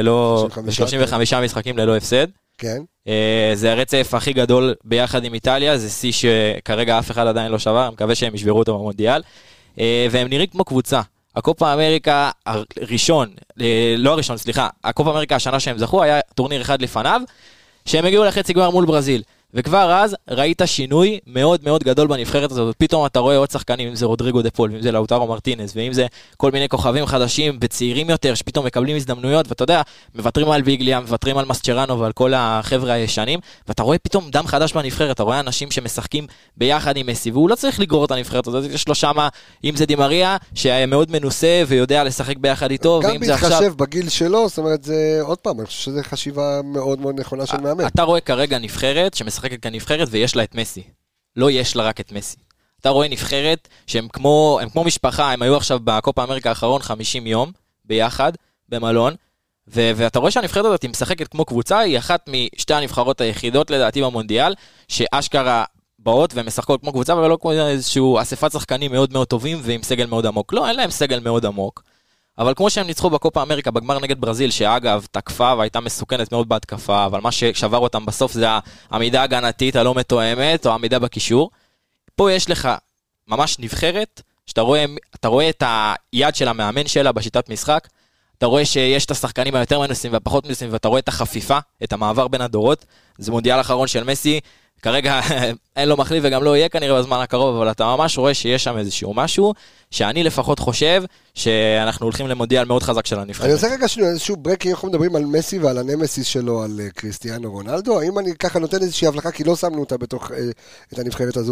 Speaker 4: ללא הפסד.
Speaker 1: כן.
Speaker 4: זה הרצף הכי גדול ביחד עם איטליה, זה שיא שכרגע אף אחד עדיין לא שבר, אני מקווה שהם ישברו אותו במונדיאל, והם נראים כמו קבוצה. הקופה אמריקה הראשון, לא הראשון, סליחה, הקופה אמריקה השנה שהם זכו, היה טורניר אחד לפניו, שהם הגיעו לחצי גמר מול ברזיל. וכבר אז ראית שינוי מאוד מאוד גדול בנבחרת הזאת, פתאום אתה רואה עוד שחקנים, אם זה רודריגו דה פול, ואם זה לאוטרו מרטינס, ואם זה כל מיני כוכבים חדשים וצעירים יותר, שפתאום מקבלים הזדמנויות, ואתה יודע, מוותרים על ויגליה, מוותרים על מסצ'רנו ועל כל החבר'ה הישנים, ואתה רואה פתאום דם חדש בנבחרת, אתה רואה אנשים שמשחקים ביחד עם מסי, והוא לא צריך לגרור את הנבחרת הזאת, יש לו שמה, אם זה דימריה, שמאוד מנוסה ויודע לשחק ביחד איתו,
Speaker 1: גם בהתחשב בגיל שלו, זאת אומרת, זה עוד פעם, אני חושב שזה חשיבה מאוד מאוד נכונה של מאמן. אתה רואה כרגע נבחרת
Speaker 4: שמשחקת כנבחרת ויש לה את מסי. לא יש לה רק את מסי. אתה רואה נבחרת שהם כמו משפחה, הם היו עכשיו בקופה אמריקה האחרון 50 יום ביחד, במלון, ואתה רואה שהנבחרת הזאת היא משחקת כמו קבוצה, היא אחת משתי הנבחרות היחידות לדעתי במונדיאל, שאשכרה באות ומשחקות כמו קבוצה, ולא כמו איזשהו אספת שחקנים מאוד מאוד טובים ועם סגל מאוד עמוק. לא, אין להם סגל מאוד עמוק. אבל כמו שהם ניצחו בקופה אמריקה בגמר נגד ברזיל, שאגב תקפה והייתה מסוכנת מאוד בהתקפה, אבל מה ששבר אותם בסוף זה העמידה הגנתית הלא מתואמת, או העמידה בקישור. פה יש לך ממש נבחרת, שאתה רואה את היד של המאמן שלה בשיטת משחק, אתה רואה שיש את השחקנים היותר מנוסים והפחות מנוסים, ואתה רואה את החפיפה, את המעבר בין הדורות. זה מונדיאל אחרון של מסי, כרגע אין לו מחליף וגם לא יהיה כנראה בזמן הקרוב, אבל אתה ממש רואה שיש שם איזשהו משהו, שאני לפחות חושב שאנחנו הולכים למונדיאל מאוד חזק של הנבחרת.
Speaker 1: אני עושה רגע איזשהו ברק, אנחנו מדברים על מסי ועל הנמסיס שלו, על קריסטיאנו רונלדו, האם אני ככה נותן איזושהי הבלחה, כי לא שמנו אותה בתוך, את הנבחרת הזו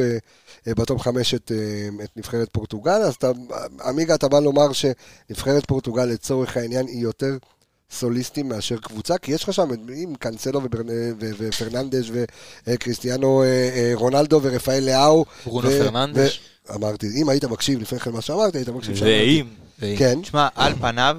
Speaker 1: בטופ 5 את נבחרת פורטוגל, אז עמיגה אתה בא לומר שנבחרת פורטוגל לצורך העניין היא יותר סוליסטים מאשר קבוצה, כי יש לך שם עם קנסלו ופרננדש וקריסטיאנו רונלדו ורפאל לאו
Speaker 3: ברונו פרננדש.
Speaker 1: אמרתי, אם היית מקשיב לפני כן מה שאמרת, היית מקשיב
Speaker 4: ואם.
Speaker 1: כן.
Speaker 2: תשמע, על פניו,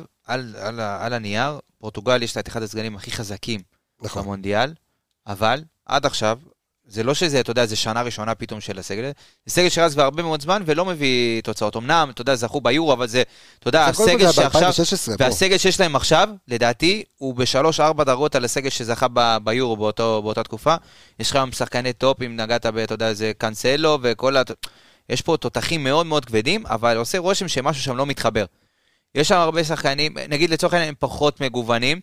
Speaker 2: על הנייר, פורטוגל יש לה את אחד הסגלים הכי חזקים במונדיאל, אבל עד עכשיו, זה לא שזה, אתה יודע, זה שנה ראשונה פתאום של הסגל, זה סגל שרץ כבר הרבה מאוד זמן ולא מביא תוצאות. אמנם, אתה יודע, זכו ביורו, אבל זה, אתה יודע, הסגל שעכשיו, והסגל שיש להם עכשיו, לדעתי, הוא ב3-4 דרגות על הסגל שזכה ביורו באותה תקופה. יש לך היום שחקני טופ, אם נגעת ב, אתה יודע, זה קנסלו וכל יש פה תותחים מאוד מאוד כבדים, אבל עושה רושם שמשהו שם לא מתחבר. יש שם הרבה שחקנים, נגיד לצורך העניין הם פחות מגוונים,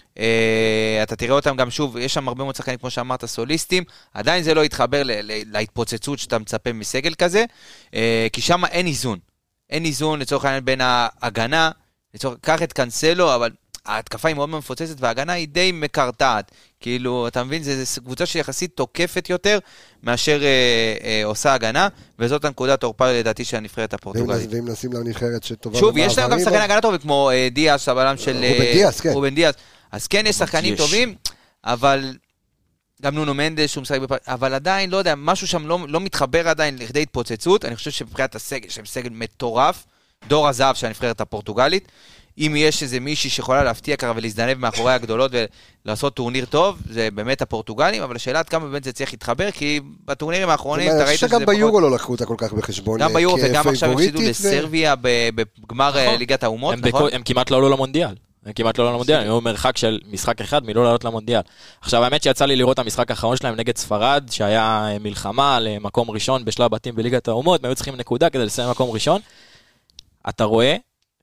Speaker 2: אתה תראה אותם גם שוב, יש שם הרבה מאוד שחקנים כמו שאמרת סוליסטים, עדיין זה לא יתחבר להתפוצצות שאתה מצפה מסגל כזה, כי שם אין איזון לצורך העניין בין ההגנה, קח את קנסלו, אבל ההתקפה היא מאוד מפוצצת וההגנה היא די מקרטעת, כאילו אתה מבין, זו קבוצה שיחסית תוקפת יותר מאשר עושה הגנה, וזאת הנקודת תורפה לדעתי של הנבחרת הפורטוגלית.
Speaker 1: ואם נשים לה נבחרת שטובה
Speaker 2: שוב, יש להם גם שחקני הגנה טובים כמו דיאס, הבלם של
Speaker 1: רובן דיאס,
Speaker 2: אז כן, יש שחקנים טובים, אבל גם נונו מנדס, שהוא משחק אבל עדיין, לא יודע, משהו שם לא מתחבר עדיין לכדי התפוצצות. אני חושב שבבחינת הסגל, שהם סגל מטורף, דור הזהב של הנבחרת הפורטוגלית, אם יש איזה מישהי שיכולה להפתיע ככה ולהזדנב מאחורי הגדולות ולעשות טורניר טוב, זה באמת הפורטוגלים, אבל השאלה עד כמה באמת זה צריך להתחבר, כי בטורנירים האחרונים, אתה ראית שזה
Speaker 1: פחות... גם ביורו לא לקחו אותה כל כך בחשבון.
Speaker 2: גם ביורו, וגם עכשיו הפסידו לסרביה בגמר ליגת האומות, נכון?
Speaker 4: הם כמעט לא עלו למונדיאל. הם כמעט לא עלו למונדיאל, הם היו מרחק של משחק אחד מלא לעלות למונדיאל. עכשיו, האמת שיצא לי לראות את המשחק האחרון שלהם נגד ספרד, שהיה מלחמה למקום ראשון בשלב בתים בליגת האומות, הם היו צריכים נקודה כדי לסיים מקום ראשון. אתה רואה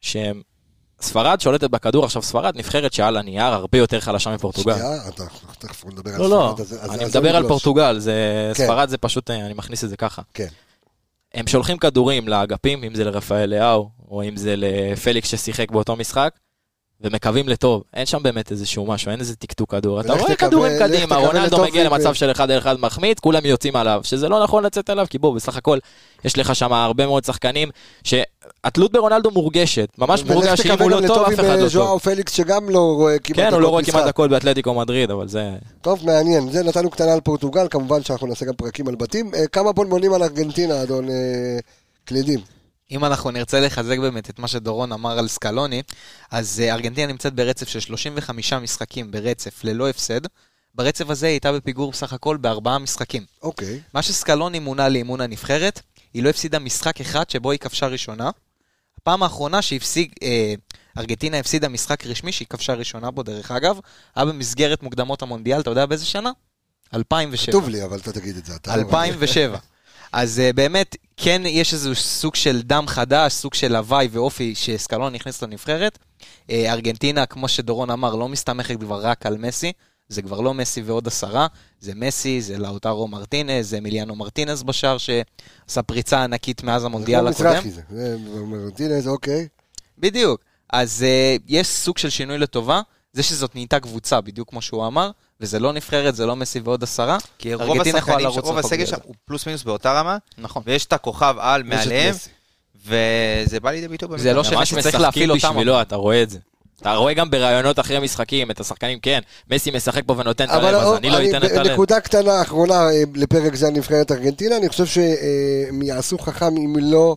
Speaker 4: ספרד שולטת בכדור, עכשיו ספרד נבחרת שעל הנייר הרבה יותר חלשה מפורטוגל.
Speaker 1: תכף נדבר על ספרד.
Speaker 4: אני מדבר על פורטוגל, ספרד זה פשוט, אני מכניס את זה ככה. הם שולחים כדורים לאגפים, אם זה לרפאל לאו, או אם זה לפליקס ששיחק באותו משחק, ומקווים לטוב. אין שם באמת איזשהו משהו, אין איזה תקתוק כדור. אתה רואה כדורים קדימה, רונלדו מגיע למצב של 1-1 מחמיץ, כולם יוצאים עליו, שזה לא נכון לצאת עליו, כי בוא, בסך הכל, יש לך שם הרבה מאוד שחקנים, שהתלות ברונלדו מורגשת, ממש מורגש, שאם הוא לא טוב, אף אחד לא טוב.
Speaker 1: ז'ואאו פליקס שגם לא רואה כמעט
Speaker 4: כן, הוא לא רואה כמעט הכל באתלטיקו מדריד, אבל זה...
Speaker 1: טוב, מעניין. זה נתנו קטנה על פורטוגל, כמובן שאנחנו נעשה גם פרקים על בתים. כמה בונבונים על ארגנטינה, אדון קלידים?
Speaker 3: אם אנחנו נרצה לחזק באמת את מה שדורון אמר על סקלוני, אז ארגנטינה נמצאת ברצף של 35 משחקים ברצף ללא הפסד. ברצף הזה היא הייתה בפיגור בסך הכל ב4 משחקים.
Speaker 1: אוקיי.
Speaker 3: מה שסקלוני מונה לאימון הנבחרת, היא לא הפסידה משחק אחד שבו היא כבשה ראשונה. הפעם האחרונה ארגנטינה הפסידה משחק רשמי שהיא כבשה ראשונה בו, דרך אגב, היה במסגרת מוקדמות המונדיאל, אתה יודע באיזה שנה? 2007.
Speaker 1: כתוב לי, אבל אתה תגיד את זה.
Speaker 3: 2007. אז באמת, כן יש איזו סוג של דם חדש, סוג של הוואי ואופי שסקלוני נכנס לנבחרת. ארגנטינה, כמו שדורון אמר, לא מסתמכת כבר רק על מסי, זה כבר לא מסי ועוד 10, זה מסי, זה לאוטרו מרטינז, זה מיליאנו מרטינז בשער שעשה פריצה ענקית מאז המונדיאל הקודם.
Speaker 1: זה מרטינז, אוקיי.
Speaker 3: בדיוק. אז יש סוג של שינוי לטובה, זה שזאת נהייתה קבוצה, בדיוק כמו שהוא אמר, וזה לא נבחרת, זה לא מסי ועוד 10.
Speaker 2: כי רוב הסגל שם הוא פלוס מינוס באותה רמה,
Speaker 3: נכון.
Speaker 2: ויש את הכוכב על מעליהם, וזה בא לידי ביטוי.
Speaker 3: זה לא שמסי צריך להפעיל אותם.
Speaker 4: בשבילו, אתה רואה את זה. אתה רואה גם ברעיונות אחרי המשחקים, את השחקנים, כן, מסי משחק פה ונותן את הלב, אז אני לא אתן את הלב.
Speaker 1: נקודה קטנה אחרונה לפרק זה נבחרת ארגנטינה, אני חושב שהם יעשו חכם אם לא,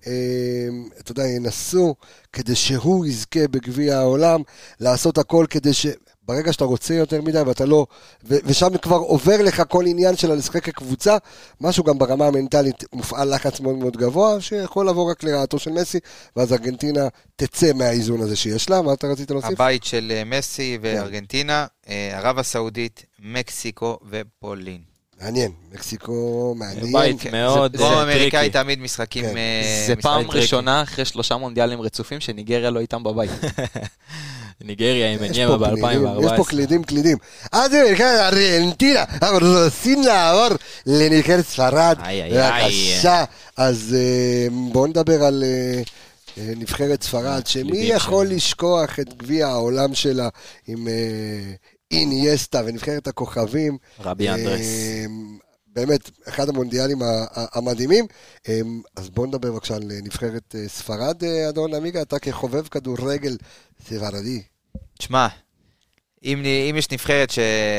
Speaker 1: אתה יודע, ינסו כדי שהוא יזכה בגביע העולם, לעשות הכל כדי ברגע שאתה רוצה יותר מדי ואתה לא, ושם כבר עובר לך כל עניין של לשחק כקבוצה, משהו גם ברמה המנטלית מופעל לחץ מאוד מאוד גבוה, שיכול לבוא רק לרעתו של מסי, ואז ארגנטינה תצא מהאיזון הזה שיש לה. מה אתה רצית להוסיף?
Speaker 2: הבית של מסי וארגנטינה, ערב הסעודית, מקסיקו ופולין.
Speaker 1: מעניין, מקסיקו מעניין.
Speaker 4: בית מאוד
Speaker 2: דרום אמריקאי תמיד משחקים.
Speaker 3: זה פעם ראשונה אחרי 3 מונדיאלים רצופים שניגריה לא איתם בבית.
Speaker 4: ניגריה עם עניימה ב-2014.
Speaker 1: יש פה קלידים. אז ארגנטינה, אנחנו רוצים לעבור לנבחרת ספרד. בבקשה. אז בואו נדבר על נבחרת ספרד, שמי יכול לשכוח את גביע העולם שלה עם אינייסטה ונבחרת הכוכבים.
Speaker 4: רבי אנדרס.
Speaker 1: באמת, אחד המונדיאלים המדהימים. אז בואו נדבר בבקשה על נבחרת ספרד, אדון עמיגה, אתה כחובב כדורגל ספרדי.
Speaker 2: תשמע, אם יש נבחרת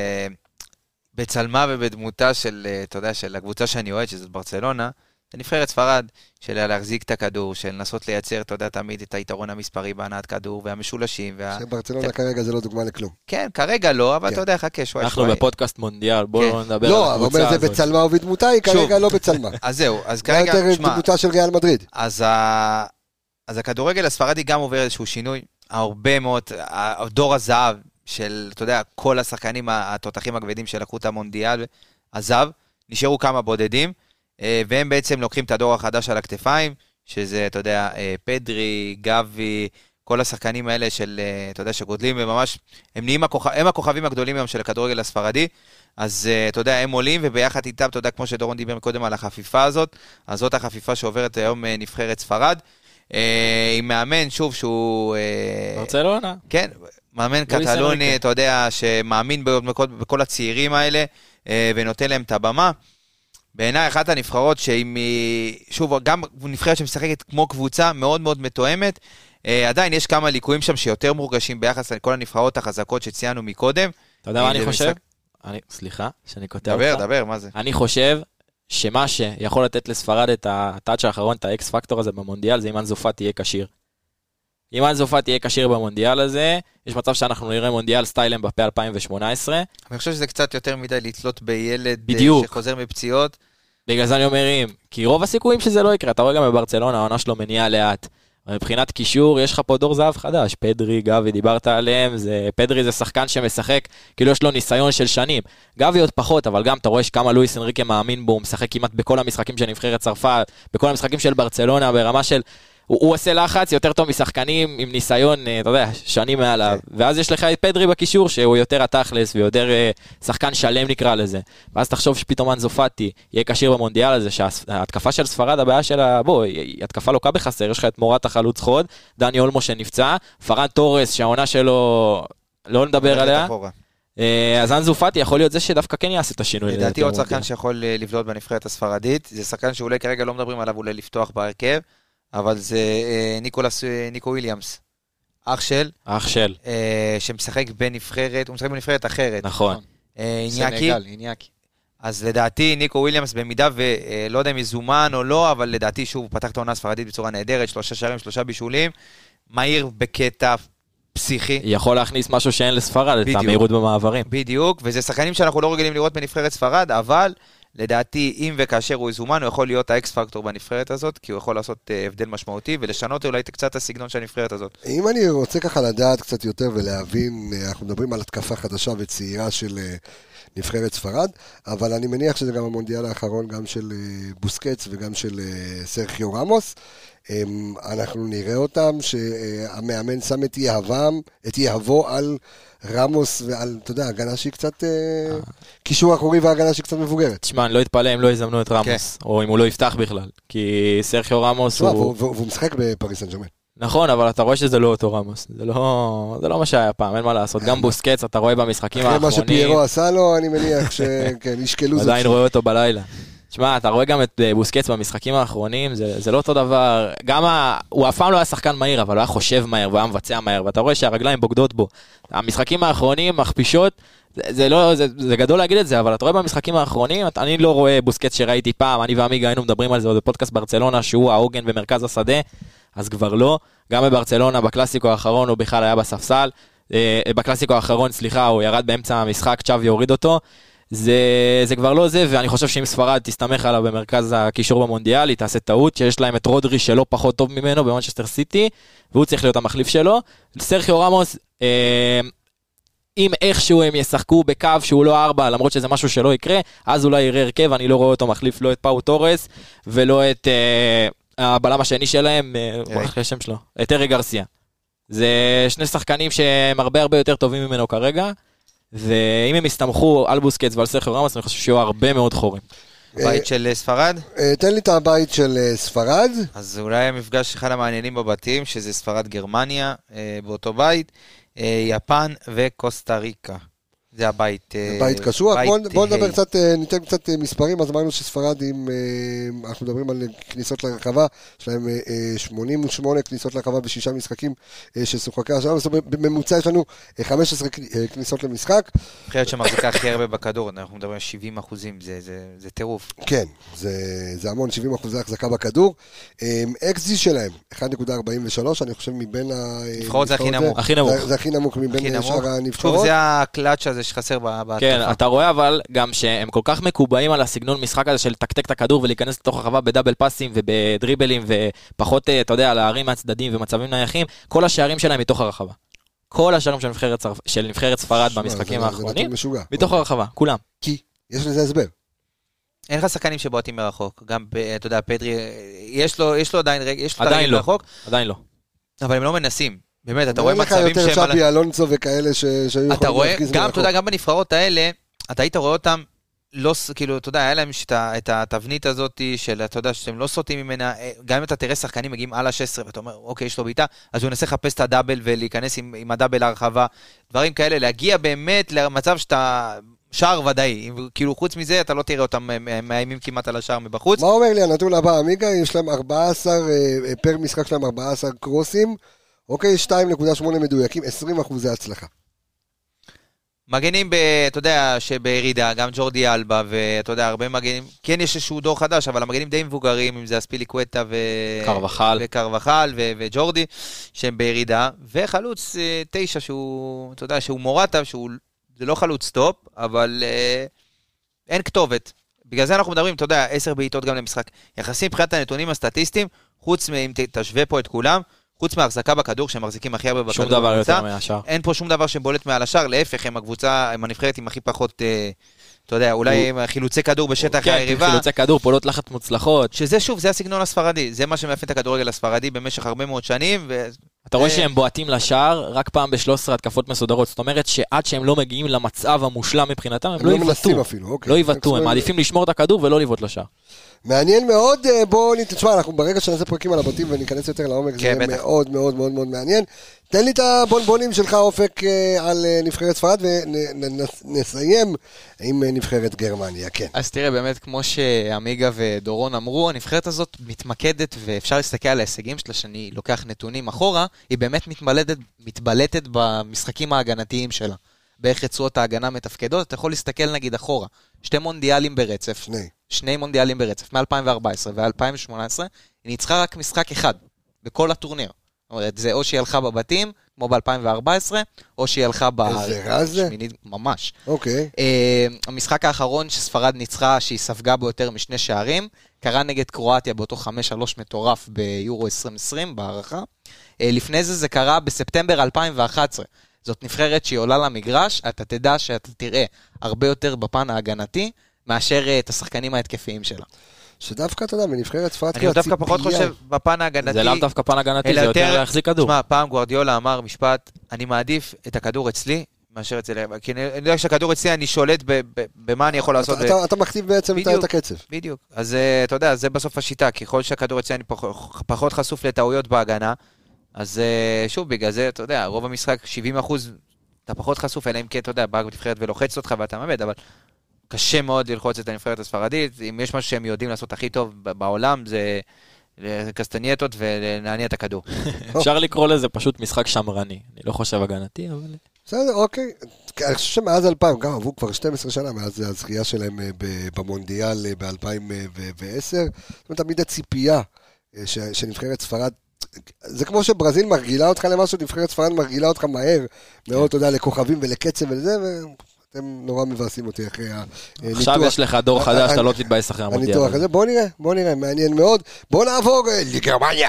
Speaker 2: שבצלמה ובדמותה של, אתה יודע, של הקבוצה שאני אוהד, שזאת ברצלונה, זה נבחרת ספרד, של להחזיק את הכדור, של לנסות לייצר, אתה יודע, תמיד את היתרון המספרי בהנעת כדור, והמשולשים.
Speaker 1: שברצלונה כרגע זה לא דוגמה לכלום.
Speaker 2: כן, כרגע לא, אבל אתה יודע, חכה שוואי.
Speaker 4: אנחנו בפודקאסט מונדיאל, בואו נדבר על
Speaker 1: הקבוצה הזאת. לא, אבל זה בצלמה ובדמותה, היא כרגע לא בצלמה.
Speaker 2: אז זהו, אז כרגע,
Speaker 1: זה יותר דמותה של ריאל מדריד.
Speaker 2: אז הכדורגל הספרדי גם עובר איזשהו שינוי, הרבה מאוד, דור הזהב של, אתה יודע, כל השחקנים התותחים הכבדים שלקחו את המונדיאל, הזהב, נשארו כמה בודדים, והם בעצם לוקחים את הדור החדש על הכתפיים, שזה, אתה יודע, פדרי, גבי, כל השחקנים האלה של, אתה יודע, שגודלים, וממש, הם הכוכבים הגדולים היום של הכדורגל הספרדי, אז אתה יודע, הם עולים, וביחד איתם, אתה יודע, כמו שדורון דיבר קודם על החפיפה הזאת, אז זאת החפיפה שעוברת היום נבחרת ספרד, עם מאמן, שוב, שהוא...
Speaker 4: ברצלונה.
Speaker 2: כן, מאמן קטלוני, אתה יודע, שמאמין בכל הצעירים האלה, ונותן להם את הבמה. בעיניי, אחת הנבחרות שוב, גם נבחרת שמשחקת כמו קבוצה מאוד מאוד מתואמת, עדיין יש כמה ליקויים שם שיותר מורגשים ביחס לכל הנבחרות החזקות שציינו מקודם.
Speaker 4: אתה יודע מה אני חושב? סליחה, שאני כותב אותך.
Speaker 2: דבר, מה זה?
Speaker 4: אני חושב שמה שיכול לתת לספרד את הטאץ' האחרון, את האקס פקטור הזה במונדיאל, זה אם אנזו פאטי יהיה כשיר. אם אנזו פאטי יהיה כשיר במונדיאל הזה, יש מצב שאנחנו נראה מונדיאל סטיילם בפה 2018.
Speaker 2: אני חושב שזה קצת יותר מדי לתלות בילד שחוזר מפציעות.
Speaker 4: בגלל זה אני אומר כי רוב הסיכויים שזה לא יקרה, אתה רואה גם בברצלונה, העונה שלו מניעה לאט. מבחינת קישור, יש לך פה דור זהב חדש, פדרי, גבי, דיברת עליהם, פדרי זה שחקן שמשחק, כאילו יש לו ניסיון של שנים. גבי עוד פחות, אבל גם אתה רואה שכמה לואיס אנריקה מאמין בו, הוא משחק כמעט בכל המשחקים של נבחרת צרפת, בכל המשחקים של ברצלונה, ברמה של, הוא עושה לחץ יותר טוב משחקנים עם ניסיון, אתה יודע, שנים מעליו. ואז יש לך את פדרי בקישור, שהוא יותר התכלס ויותר שחקן שלם נקרא לזה. ואז תחשוב שפתאום אנזו פאטי יהיה קשיר במונדיאל הזה, שההתקפה של ספרד, הבעיה שלה, היא התקפה לוקה בחסר, יש לך את מורת החלוץ חוד, דני אולמו שנפצע, פרן טורס שהעונה שלו, לא נדבר עליה. אז אנזו פאטי יכול להיות זה שדוודא כן יעשה את השינוי.
Speaker 2: לדעתי עוד שחקן שיכול לבלוט בנבחרת הספרדית, זה שחקן שאולי כרגע לא מדברים עליו אולי לפתוח בהרכב, אבל זה ניקו וויליאמס, אח של, שמשחק בנבחרת, הוא משחק בנבחרת אחרת.
Speaker 4: נכון.
Speaker 3: איניאקי.
Speaker 2: אז לדעתי ניקו וויליאמס במידה ולא יודע אם יזומן או לא, אבל לדעתי שוב פתח את העונה הספרדית בצורה נהדרת, 3 שערים, 3 בישולים, מהיר בקטע פסיכי.
Speaker 4: יכול להכניס משהו שאין לספרד, את המהירות במעברים.
Speaker 2: בדיוק, וזה שחקנים שאנחנו לא רגילים לראות בנבחרת ספרד, אבל לדעתי אם וכאשר הוא יזומן, הוא יכול להיות האקס פקטור בנבחרת הזאת, כי הוא יכול לעשות הבדל משמעותי, ולשנות אולי קצת הסגנון של הנבחרת הזאת.
Speaker 1: אם אני רוצה ככה לדעת קצת יותר ולהבין, אנחנו מדברים על התקפה חדשה וצעירה של נבחרת ספרד, אבל אני מניח שזה גם המונדיאל האחרון, גם של בוסקץ וגם של סרחיו רמוס. אנחנו נראה אותם שהמאמן שם את יהבו על רמוס ועל, אתה יודע, הגנה שהיא קצת קישור אחורי והגנה שהיא קצת מבוגרת.
Speaker 4: תשמע, אני לא אתפלא אם לא יזמנו את רמוס, או אם הוא לא יפתח בכלל, כי סרחיו רמוס הוא...
Speaker 1: והוא משחק בפריס סן ז'רמן.
Speaker 4: נכון, אבל אתה רואה שזה לא אותו רמוס, זה לא מה שהיה פעם, אין מה לעשות, גם בוסקץ אתה רואה במשחקים האחרונים.
Speaker 1: אחרי מה שפיירו עשה לו, אני מניח שכן, ישקלו זאת.
Speaker 4: עדיין רואה אותו בלילה. תשמע, אתה רואה גם את בוסקץ במשחקים האחרונים, זה לא אותו דבר, גם הוא אף פעם לא היה שחקן מהיר, אבל הוא היה חושב מהר, והוא היה מבצע מהר, ואתה רואה שהרגליים בוגדות בו. המשחקים האחרונים, מכפישות, זה גדול להגיד את זה, אבל אתה רואה במשחקים האחרונים, אני לא רואה בוסקץ שראיתי פעם, אני ועמיגה היינו מדברים על זה עוד בפודקאסט ברצלונה, שהוא העוגן במרכז השדה, אז כבר לא, גם בברצלונה, בקלאסיקו האחרון הוא בכלל היה בספסל, בקלאסיקו האחרון, סליחה, הוא ירד באמצע המשחק, צ'אבי הוריד אותו, זה כבר לא זה, ואני חושב שאם ספרד תסתמך עליו במרכז הקישור במונדיאל, היא תעשה טעות, שיש להם את רודרי שלא פחות טוב ממנו במנצ'סטר סיטי, והוא צריך להיות המחליף שלו. סרחיו רמוס, אם איכשהו הם ישחקו בקו שהוא לא 4, למרות שזה משהו שלא יקרה, אז אולי יראה הרכב, אני לא רואה אותו מחליף לא את פאו טורס, ולא את הבלם השני שלהם, איך השם שלו? את ארי גרסיה. זה שני שחקנים שהם הרבה יותר טובים ממנו כרגע, ואם הם הסתמכו על בוסקץ ועל סרחיו רמוס, אני חושב שיהיו הרבה מאוד חורים.
Speaker 2: בית של ספרד?
Speaker 1: תן לי את הבית של ספרד.
Speaker 2: אז אולי המפגש אחד המעניינים בבתים, שזה ספרד גרמניה, באותו בית, יפן וקוסטה ריקה. זה הבית.
Speaker 1: בית קשוח. בואו נדבר קצת, ניתן קצת מספרים. אז אמרנו שספרד, אנחנו מדברים על כניסות לרחבה, יש להם 88 כניסות לרחבה ב6 משחקים ששוחקה השנה, בממוצע יש לנו 15 כניסות למשחק.
Speaker 2: אחרת שמחזיקה הכי הרבה בכדור, אנחנו מדברים על 70%, זה טירוף.
Speaker 1: כן, זה המון, 70% החזקה בכדור. XG שלהם, 1.43, אני חושב מבין
Speaker 2: הנבחרות זה הכי נמוך.
Speaker 1: זה הכי נמוך מבין שאר הנבחרות.
Speaker 2: שוב, זה הקלאץ' הזה שחסר בהתקפה.
Speaker 4: כן, אתה רואה אבל גם שהם כל כך מקובעים על הסגנון משחק הזה של טקטק את הכדור ולהיכנס לתוך הרחבה בדאבל פאסים ובדריבלים ופחות, אתה יודע, להרים מהצדדים ומצבים נייחים, כל השערים שלהם מתוך הרחבה. כל השערים של נבחרת ספרד במשחקים האחרונים, מתוך הרחבה, כולם.
Speaker 1: כי יש לזה הסבר.
Speaker 2: אין לך שחקנים שבועטים מרחוק, גם, אתה יודע, פדרי, יש לו עדיין מרחוק.
Speaker 4: עדיין לא.
Speaker 2: אבל הם לא מנסים. באמת, אתה רואה מצבים
Speaker 1: שהם... יותר שפי אלונסו וכאלה שהיו
Speaker 2: אתה רואה, גם, אתה יודע, גם בנבחרות האלה, אתה היית רואה אותם, לא, כאילו, אתה יודע, היה להם את התבנית הזאת של, אתה יודע, שאתם לא סוטים ממנה, גם אם אתה תראה שחקנים מגיעים על ה-16, ואתה אומר, אוקיי, יש לו בעיטה, אז הוא ינסה לחפש את הדאבל ולהיכנס עם הדאבל להרחבה, דברים כאלה, להגיע באמת למצב שאתה... שער ודאי, כאילו חוץ מזה אתה לא תראה אותם מאיימים כמעט על השער מבחוץ.
Speaker 1: מה אומר לי הנתון הבא, עמיגה? יש להם 14, פר משחק שלהם 14 קרוסים, אוקיי, 2.8 מדויקים, 20% הצלחה.
Speaker 2: מגנים, אתה יודע, שבירידה, גם ג'ורדי אלבה, ואתה יודע, הרבה מגנים, כן יש איזשהו דור חדש, אבל המגנים די מבוגרים, אם זה אספיליקווטה וקרבחל וג'ורדי, שהם בירידה, וחלוץ 9 שהוא, אתה יודע, שהוא מורטה, זה לא חלוץ טופ, אבל אין כתובת. בגלל זה אנחנו מדברים, אתה יודע, 10 בעיטות גם למשחק. יחסים מבחינת הנתונים הסטטיסטיים, חוץ אם תשווה פה את כולם, חוץ מהחזקה בכדור, שהם מחזיקים הכי הרבה בכדור.
Speaker 4: שום דבר יותר מהשאר.
Speaker 2: אין פה שום דבר שבולט מעל השאר, להפך, הם הקבוצה, הם הנבחרת עם הכי פחות, אתה יודע, אולי חילוצי כדור בשטח היריבה.
Speaker 4: חילוצי כדור, פעולות לחץ מוצלחות.
Speaker 2: שזה שוב, זה הסגנון הספרדי, זה מה שמאפיין את הכדורגל הספרדי במשך הרבה מאוד שנים.
Speaker 4: אתה רואה שהם בועטים לשער רק פעם ב-13 התקפות מסודרות, זאת אומרת שעד שהם לא מגיעים למצב המושלם מבחינתם, הם לא יוותרו. לא יוותרו, הם מעדיפים לשמור את הכדור ולא לבעוט לשער.
Speaker 1: מעניין מאוד, בואו נתשמע, אנחנו ברגע שנעשה פרקים על הבתים וניכנס יותר לעומק, זה מאוד מאוד מאוד מאוד מעניין. תן לי את הבונבונים שלך, אופק, על נבחרת ספרד, ונסיים עם נבחרת גרמניה, כן.
Speaker 3: אז תראה, באמת, כמו שעמיגה ודורון אמרו, הנבחרת הזאת מתמקדת, ואפשר להסתכל על ההישגים שלה, שאני לוקח נתונים אחורה, היא באמת מתבלטת במשחקים ההגנתיים שלה. באיך רצועות ההגנה מתפקדות, אתה יכול להסתכל נגיד אחורה. 2 מונדיאלים ברצף. 2 מונדיאלים ברצף, מ-2014 ו-2018, היא ניצחה רק משחק אחד, בכל הטורניר. זאת אומרת, זה או שהיא הלכה בבתים, כמו ב-2014, או שהיא הלכה בשמינית, ממש.
Speaker 1: אוקיי.
Speaker 3: המשחק האחרון שספרד ניצחה, שהיא ספגה בו יותר מ2 שערים, קרה נגד קרואטיה באותו 5-3 מטורף ביורו 2020, בערכה. לפני זה קרה בספטמבר 2011. זאת נבחרת שהיא עולה למגרש, אתה תדע שאתה תראה הרבה יותר בפן ההגנתי, מאשר את השחקנים ההתקפיים שלה.
Speaker 1: שדווקא, אתה יודע, מנבחרת ספרד
Speaker 2: אני דווקא פחות חושב בפן ההגנתי.
Speaker 4: זה לא דווקא פן ההגנתי, זה יותר להחזיק כדור.
Speaker 2: תשמע, פעם גוארדיולה אמר משפט, אני מעדיף את הכדור אצלי, מאשר אצלי. כי אני יודע שהכדור אצלי, אני שולט במה אני יכול לעשות.
Speaker 1: אתה מכתיב בעצם את הקצב.
Speaker 2: בדיוק. אז אתה יודע, זה בסוף השיטה, ככל שהכדור אצלי אני פחות חשוף לטעויות בהגנה, אז שוב, בגלל זה, אתה יודע, רוב המשחק, 70% אתה פחות חשוף, אלא אם כן, אתה יודע, בא נבחרת ולוחץ אותך ואתה מאבד, אבל קשה מאוד ללחוץ את הנבחרת הספרדית. אם יש משהו שהם יודעים לעשות הכי טוב בעולם, זה קסטנייטות ולהניע את הכדור.
Speaker 4: אפשר לקרוא לזה פשוט משחק שמרני. אני לא חושב הגנתי, אבל...
Speaker 1: בסדר, אוקיי. אני חושב שמאז 2000, גם עברו כבר 12 שנה, מאז הזכייה שלהם במונדיאל ב-2010. זאת אומרת, תמיד הציפייה שנבחרת ספרד, זה כמו שברזיל מרגילה אותך למשהו, נבחרת ספרד מרגילה אותך מהר, מאוד, אתה יודע, לכוכבים ולקצב ולזה, אתם נורא מבאסים אותי אחרי הניתוח.
Speaker 4: עכשיו יש לך דור חדש, אתה לא תתבאס אחרי המונדיאל.
Speaker 1: הניתוח הזה, בוא נראה, מעניין מאוד. בוא נעבור לגרמניה.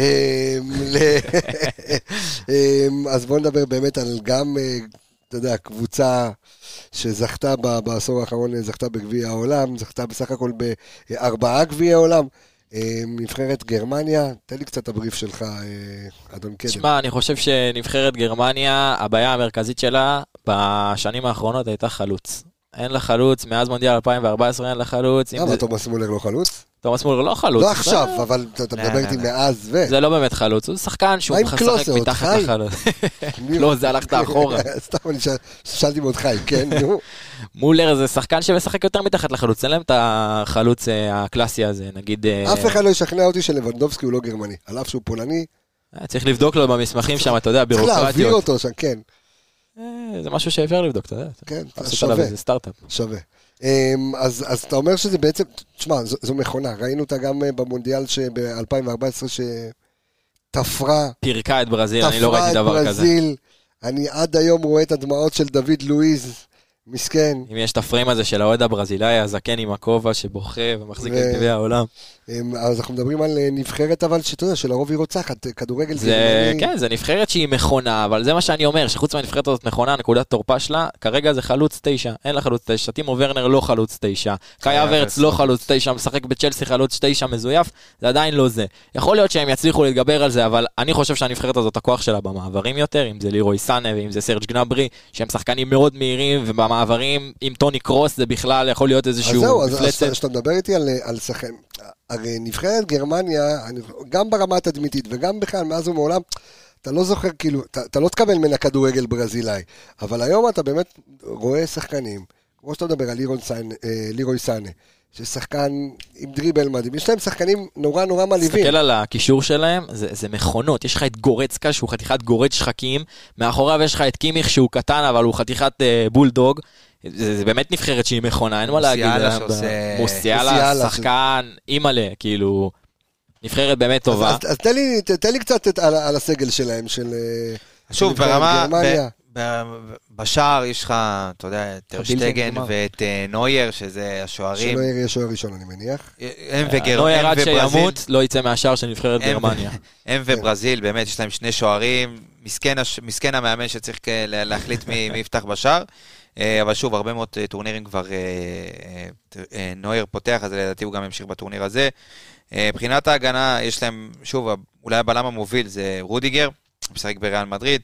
Speaker 1: אז בוא נדבר באמת על גם, אתה יודע, קבוצה שזכתה בעשור האחרון, זכתה בגביע העולם, זכתה בסך הכל ב4 גביעי העולם. נבחרת גרמניה, תן לי קצת הבריף שלך, אדון קדם.
Speaker 4: תשמע, אני חושב שנבחרת גרמניה, הבעיה המרכזית שלה בשנים האחרונות הייתה חלוץ. אין לה חלוץ, מאז מונדיאל 2014 אין לה חלוץ.
Speaker 1: למה תומאס מולר לא חלוץ?
Speaker 4: תומאס מולר לא חלוץ.
Speaker 1: לא עכשיו, אבל אתה מדבר איתי מאז ו...
Speaker 4: זה לא באמת חלוץ, הוא שחקן שהוא משחק מתחת לחלוץ. לא, זה הלכת אחורה.
Speaker 1: סתם, אני שאלתי מאוד חי, כן?
Speaker 4: מולר זה שחקן שמשחק יותר מתחת לחלוץ, אין להם את החלוץ הקלאסי הזה, נגיד...
Speaker 1: אף אחד לא ישכנע אותי שלבנדובסקי הוא לא גרמני, על אף שהוא פולני.
Speaker 4: צריך לבדוק לו במסמכים שם, אתה יודע, בירוקרטיות.
Speaker 1: צריך להעביר אותו שם, כן.
Speaker 4: זה משהו שאפשר לבדוק, אתה יודע.
Speaker 1: כן,
Speaker 4: שווה. זה סטארט-אפ.
Speaker 1: שווה. אז אתה אומר שזה בעצם, תשמע, זו מכונה, ראינו אותה גם במונדיאל ב-2014 שתפרה.
Speaker 4: פירקה את ברזיל, אני לא ראיתי דבר כזה.
Speaker 1: אני עד היום רואה את הדמעות של דוד לואיז, מסכן.
Speaker 4: אם יש את הפריים הזה של האוהד הברזילאי, הזקן עם הכובע שבוכה ומחזיק את גביע העולם.
Speaker 1: אז אנחנו מדברים על נבחרת, אבל שאתה יודע, שלרוב היא רוצחת, כדורגל
Speaker 4: זה... כן, זה נבחרת שהיא מכונה, אבל זה מה שאני אומר, שחוץ מהנבחרת הזאת מכונה, נקודת תורפה שלה, כרגע זה חלוץ 9, אין לה חלוץ 9, טימו ורנר לא חלוץ 9, קאי אברץ לא חלוץ 9, משחק בצ'לסי חלוץ 9 מזויף, זה עדיין לא זה. יכול להיות שהם יצליחו להתגבר על זה, אבל אני חושב שהנבחרת הזאת, הכוח שלה במעברים יותר, אם זה לירוי סאנה ואם זה סרג' גנברי, שהם שחקנים מאוד מהירים, ובמעברים עם טוני קרוס זה בכלל יכול להיות איזשהו מפלצת.
Speaker 1: אז שאתה מדבר איתי על שחקן, הרי נבחרת גרמניה, גם ברמה התדמיתית וגם בכלל מאז ומעולם, אתה לא זוכר, כאילו, אתה לא תקבל מן הכדורגל ברזילאי, אבל היום אתה באמת רואה שחקנים, כמו שאתה מדבר על לירוי סאנה, ששחקן עם דריבל מדהים, יש להם שחקנים נורא נורא מלהיבים.
Speaker 4: תסתכל על הקישור שלהם, זה מכונות, יש לך את גורצקה שהוא חתיכת גורץ שחקים, מאחוריו יש לך את קימיך שהוא קטן אבל הוא חתיכת בולדוג, זה באמת נבחרת שהיא מכונה, אין מה להגיד. מוסיאלה, שחקן, אימאלה, כאילו, נבחרת באמת טובה.
Speaker 1: אז תן לי קצת על הסגל שלהם, של
Speaker 2: שוב, ברמה, בשער יש לך, אתה יודע, טרשטגן ואת נויר, שזה השוערים.
Speaker 1: שנויר יהיה שוער ראשון, אני מניח.
Speaker 4: נויר עד שימות, לא יצא מהשער של נבחרת גרמניה.
Speaker 2: הם וברזיל, באמת, יש להם 2 שוערים, מסכן המאמן שצריך להחליט מי יפתח בשער. אבל שוב, הרבה מאוד טורנירים כבר נויר פותח, אז לדעתי הוא גם ימשיך בטורניר הזה. מבחינת ההגנה, יש להם, שוב, אולי הבלם המוביל זה רודיגר, משחק בריאל מדריד,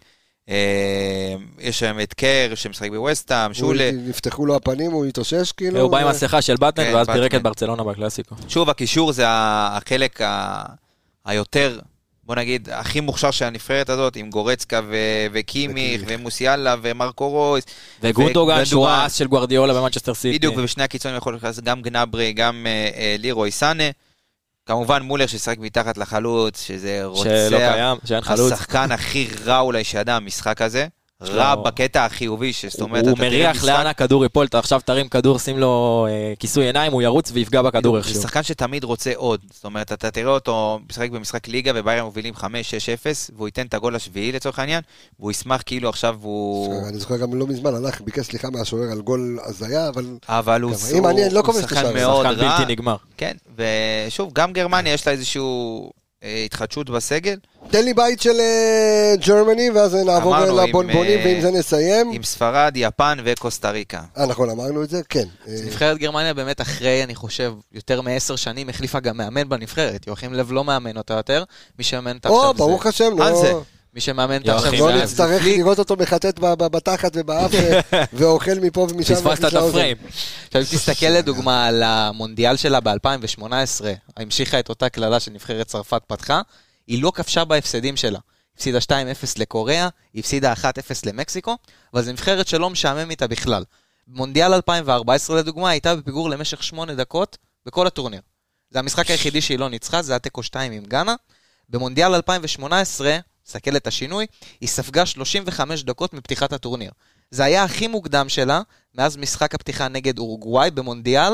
Speaker 2: יש להם את קר שמשחק בווסטהאם, שולה.
Speaker 1: נפתחו לו הפנים, הוא התאושש כאילו.
Speaker 4: הוא בא עם השיחה של בטמן, ואז פירק את ברצלונה בקלאסיקו.
Speaker 2: שוב, הקישור זה החלק היותר, בוא נגיד, הכי מוכשר של הנבחרת הזאת, עם גורצקה וקימיך, ומוסיאלה, ומרקו רויס.
Speaker 4: וגונדוגן, שהוא האס של גוארדיולה במנצ'סטר סיטי.
Speaker 2: בדיוק, ובשני הקיצונים יכול להיות גם גנברי, גם לירוי סאנה. כמובן מולר ששחק מתחת לחלוץ, שזה רוצח.
Speaker 4: שלא קיים, שאין חלוץ.
Speaker 2: השחקן הכי רע אולי שידע המשחק הזה. רע בקטע החיובי, זאת אומרת,
Speaker 4: הוא מריח לאן הכדור ייפול, אתה עכשיו תרים כדור, שים לו כיסוי עיניים, הוא ירוץ ויפגע בכדור איכשהו.
Speaker 2: זה שחקן שתמיד רוצה עוד, זאת אומרת, אתה תראה אותו משחק במשחק ליגה, וביירן מובילים 5-6-0, והוא ייתן את הגול השביעי לצורך העניין, והוא ישמח כאילו עכשיו הוא...
Speaker 1: אני זוכר גם לא מזמן, הלך, ביקש סליחה מהשוער על גול הזיה,
Speaker 2: אבל הוא שחקן מאוד רע. בלתי נגמר. כן, ושוב, גם גרמניה יש לה איזשהו התחדשות בסגל.
Speaker 1: תן לי בית של גרמני, ואז נעבור לבונבונים, ואם זה נסיים.
Speaker 2: עם ספרד, יפן וקוסטה ריקה.
Speaker 1: נכון, אמרנו את זה, כן.
Speaker 3: נבחרת גרמניה באמת אחרי, אני חושב, יותר מ10 שנים, החליפה גם מאמן בנבחרת. יוחים לב לא מאמן אותה יותר, מי שמאמן את עכשיו זה...
Speaker 1: ברוך השם, לא...
Speaker 3: מי שמאמן את עכשיו זה...
Speaker 1: לא נצטרך לראות אותו מחטט בתחת ובאף, ואוכל מפה ומשם.
Speaker 4: פספסת את הפריים.
Speaker 3: עכשיו, אם תסתכל לדוגמה על המונדיאל שלה ב-2018, המשיכה את אותה כללה שנבחרת צרפת פתחה, היא לא כבשה בהפסדים שלה. הפסידה 2-0 לקוריאה, היא הפסידה 1-0 למקסיקו, אבל זו נבחרת שלא משעמם איתה בכלל. במונדיאל 2014 לדוגמה, הייתה בפיגור למשך 8 דקות בכל הטורניר. זה המשחק היחידי שהיא לא ניצחה, זה התיקו 2 עם גאנה. במונדיאל 2018, סתכל את השינוי, היא ספגה 35 דקות מפתיחת הטורניר. זה היה הכי מוקדם שלה, מאז משחק הפתיחה נגד אורוגוואי במונדיאל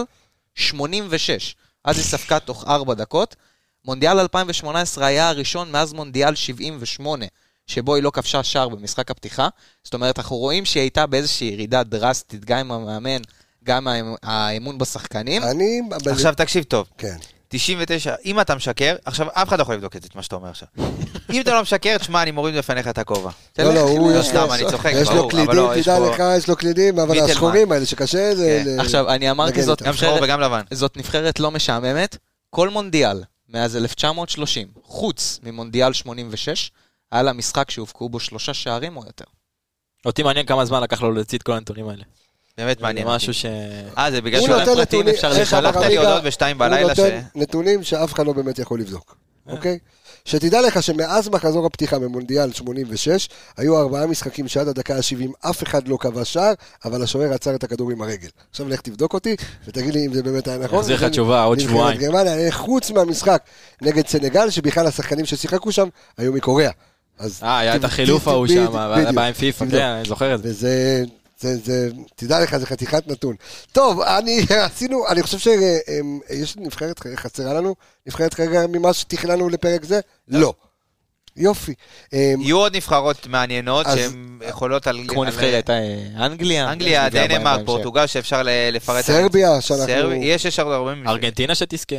Speaker 3: 86. אז היא ספגה תוך 4 דקות. מונדיאל 2018 היה הראשון מאז מונדיאל 78, שבו היא לא כבשה שער במשחק הפתיחה. זאת אומרת, אנחנו רואים שהיא הייתה באיזושהי ירידה דרסטית, גם עם המאמן, גם האמון בשחקנים.
Speaker 2: עכשיו תקשיב טוב.
Speaker 1: כן.
Speaker 2: 99, אם אתה משקר, עכשיו אף אחד לא יכול לבדוק את מה שאתה אומר עכשיו. אם אתה לא משקר, תשמע, אני מוריד בפניך את הכובע.
Speaker 1: לא, הוא
Speaker 2: יש
Speaker 1: לו קלידים, תדע לך, יש לו קלידים, אבל השחורים האלה שקשה זה...
Speaker 3: עכשיו, אני אמרתי,
Speaker 2: גם שחור וגם לבן.
Speaker 3: זאת נבחרת לא משעממת. כל מונדיאל, מאז 1930, חוץ ממונדיאל 86, היה לה משחק שהופקעו בו 3 שערים או יותר.
Speaker 4: אותי מעניין כמה זמן לקח לו להוציא את כל הנתונים האלה.
Speaker 2: באמת מעניין.
Speaker 4: משהו ש...
Speaker 2: זה בגלל שהוא פרטים, אפשר לשלחת לי הודעות ב2 בלילה.
Speaker 1: הוא נותן נתונים שאף אחד לא באמת יכול לבדוק. אוקיי? שתדע לך שמאז מחזור הפתיחה במונדיאל 86, היו 4 משחקים שעד הדקה ה-70 אף אחד לא קבע שער, אבל השוער עצר את הכדור עם הרגל. עכשיו לך תבדוק אותי, ותגיד לי אם זה באמת היה נכון.
Speaker 4: אחזיר לך תשובה, עוד שבועיים.
Speaker 1: חוץ מהמשחק נגד סנגל, שבכלל השחקנים ששיחקו שם היו מקוריאה.
Speaker 4: היה את החילוף ההוא שם, בא עם פיפה, כן, אני זוכר את זה.
Speaker 1: וזה, תדע לך, זה חתיכת נתון. טוב, אני חושב שיש נבחרת חסרה לנו, נבחרת כרגע ממה שתכננו לפרק זה? לא. יופי.
Speaker 2: יהיו עוד נבחרות מעניינות שהן יכולות על...
Speaker 3: כמו נבחרת אנגליה.
Speaker 2: אנגליה, דנמרק, פורטוגל, שאפשר לפרט.
Speaker 1: סרביה, שאנחנו...
Speaker 2: יש הרבה ממשחקים.
Speaker 4: ארגנטינה שתזכה.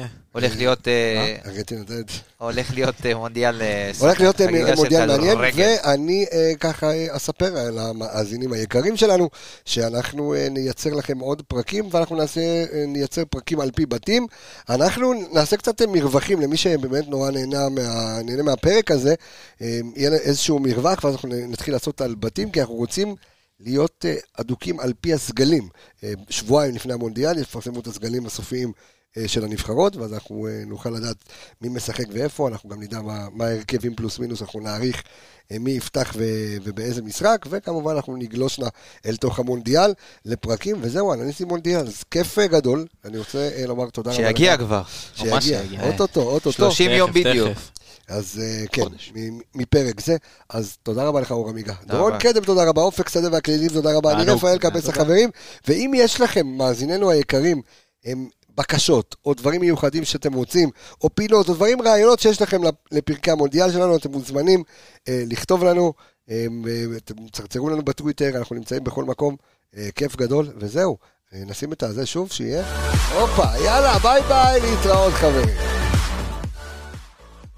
Speaker 2: הולך להיות מונדיאל...
Speaker 1: הולך להיות מונדיאל מעניין, ואני ככה אספר על המאזינים היקרים שלנו, שאנחנו נייצר לכם עוד פרקים, ואנחנו נייצר פרקים על פי בתים. אנחנו נעשה קצת מרווחים למי שבאמת נורא נהנה מהפרק הזה, יהיה איזשהו מרווח, ואז אנחנו נתחיל לעשות על בתים, כי אנחנו רוצים להיות אדוקים על פי הסגלים. שבועיים לפני המונדיאל, יפרסמו את הסגלים הסופיים של הנבחרות, ואז אנחנו נוכל לדעת מי משחק ואיפה, אנחנו גם נדע מה הרכבים פלוס מינוס, אנחנו נעריך מי יפתח ובאיזה משחק, וכמובן אנחנו נגלושנה אל תוך המונדיאל לפרקים, וזהו, אנליסטים מונדיאל, אז כיף גדול, אני רוצה לומר תודה רבה.
Speaker 2: שיגיע כבר.
Speaker 1: שיגיע, אוטוטו.
Speaker 2: 30 יום בדיוק.
Speaker 1: אז כן, מפרק זה, אז תודה רבה לך אור עמיגה. דורון קדם, תודה רבה, אופק שדה והכלילים, תודה רבה, אני רפאל קבץ החברים, ואם יש לכם, מאזיננו היקרים, בקשות, או דברים מיוחדים שאתם רוצים, או פינות, או דברים רעיונות שיש לכם לפרקי המונדיאל שלנו, אתם מוזמנים לכתוב לנו, צרצרו לנו בטוויטר, אנחנו נמצאים בכל מקום, כיף גדול, וזהו, נשים את הזה שוב, שיהיה, הופה, יאללה, ביי ביי, להתראות חברים.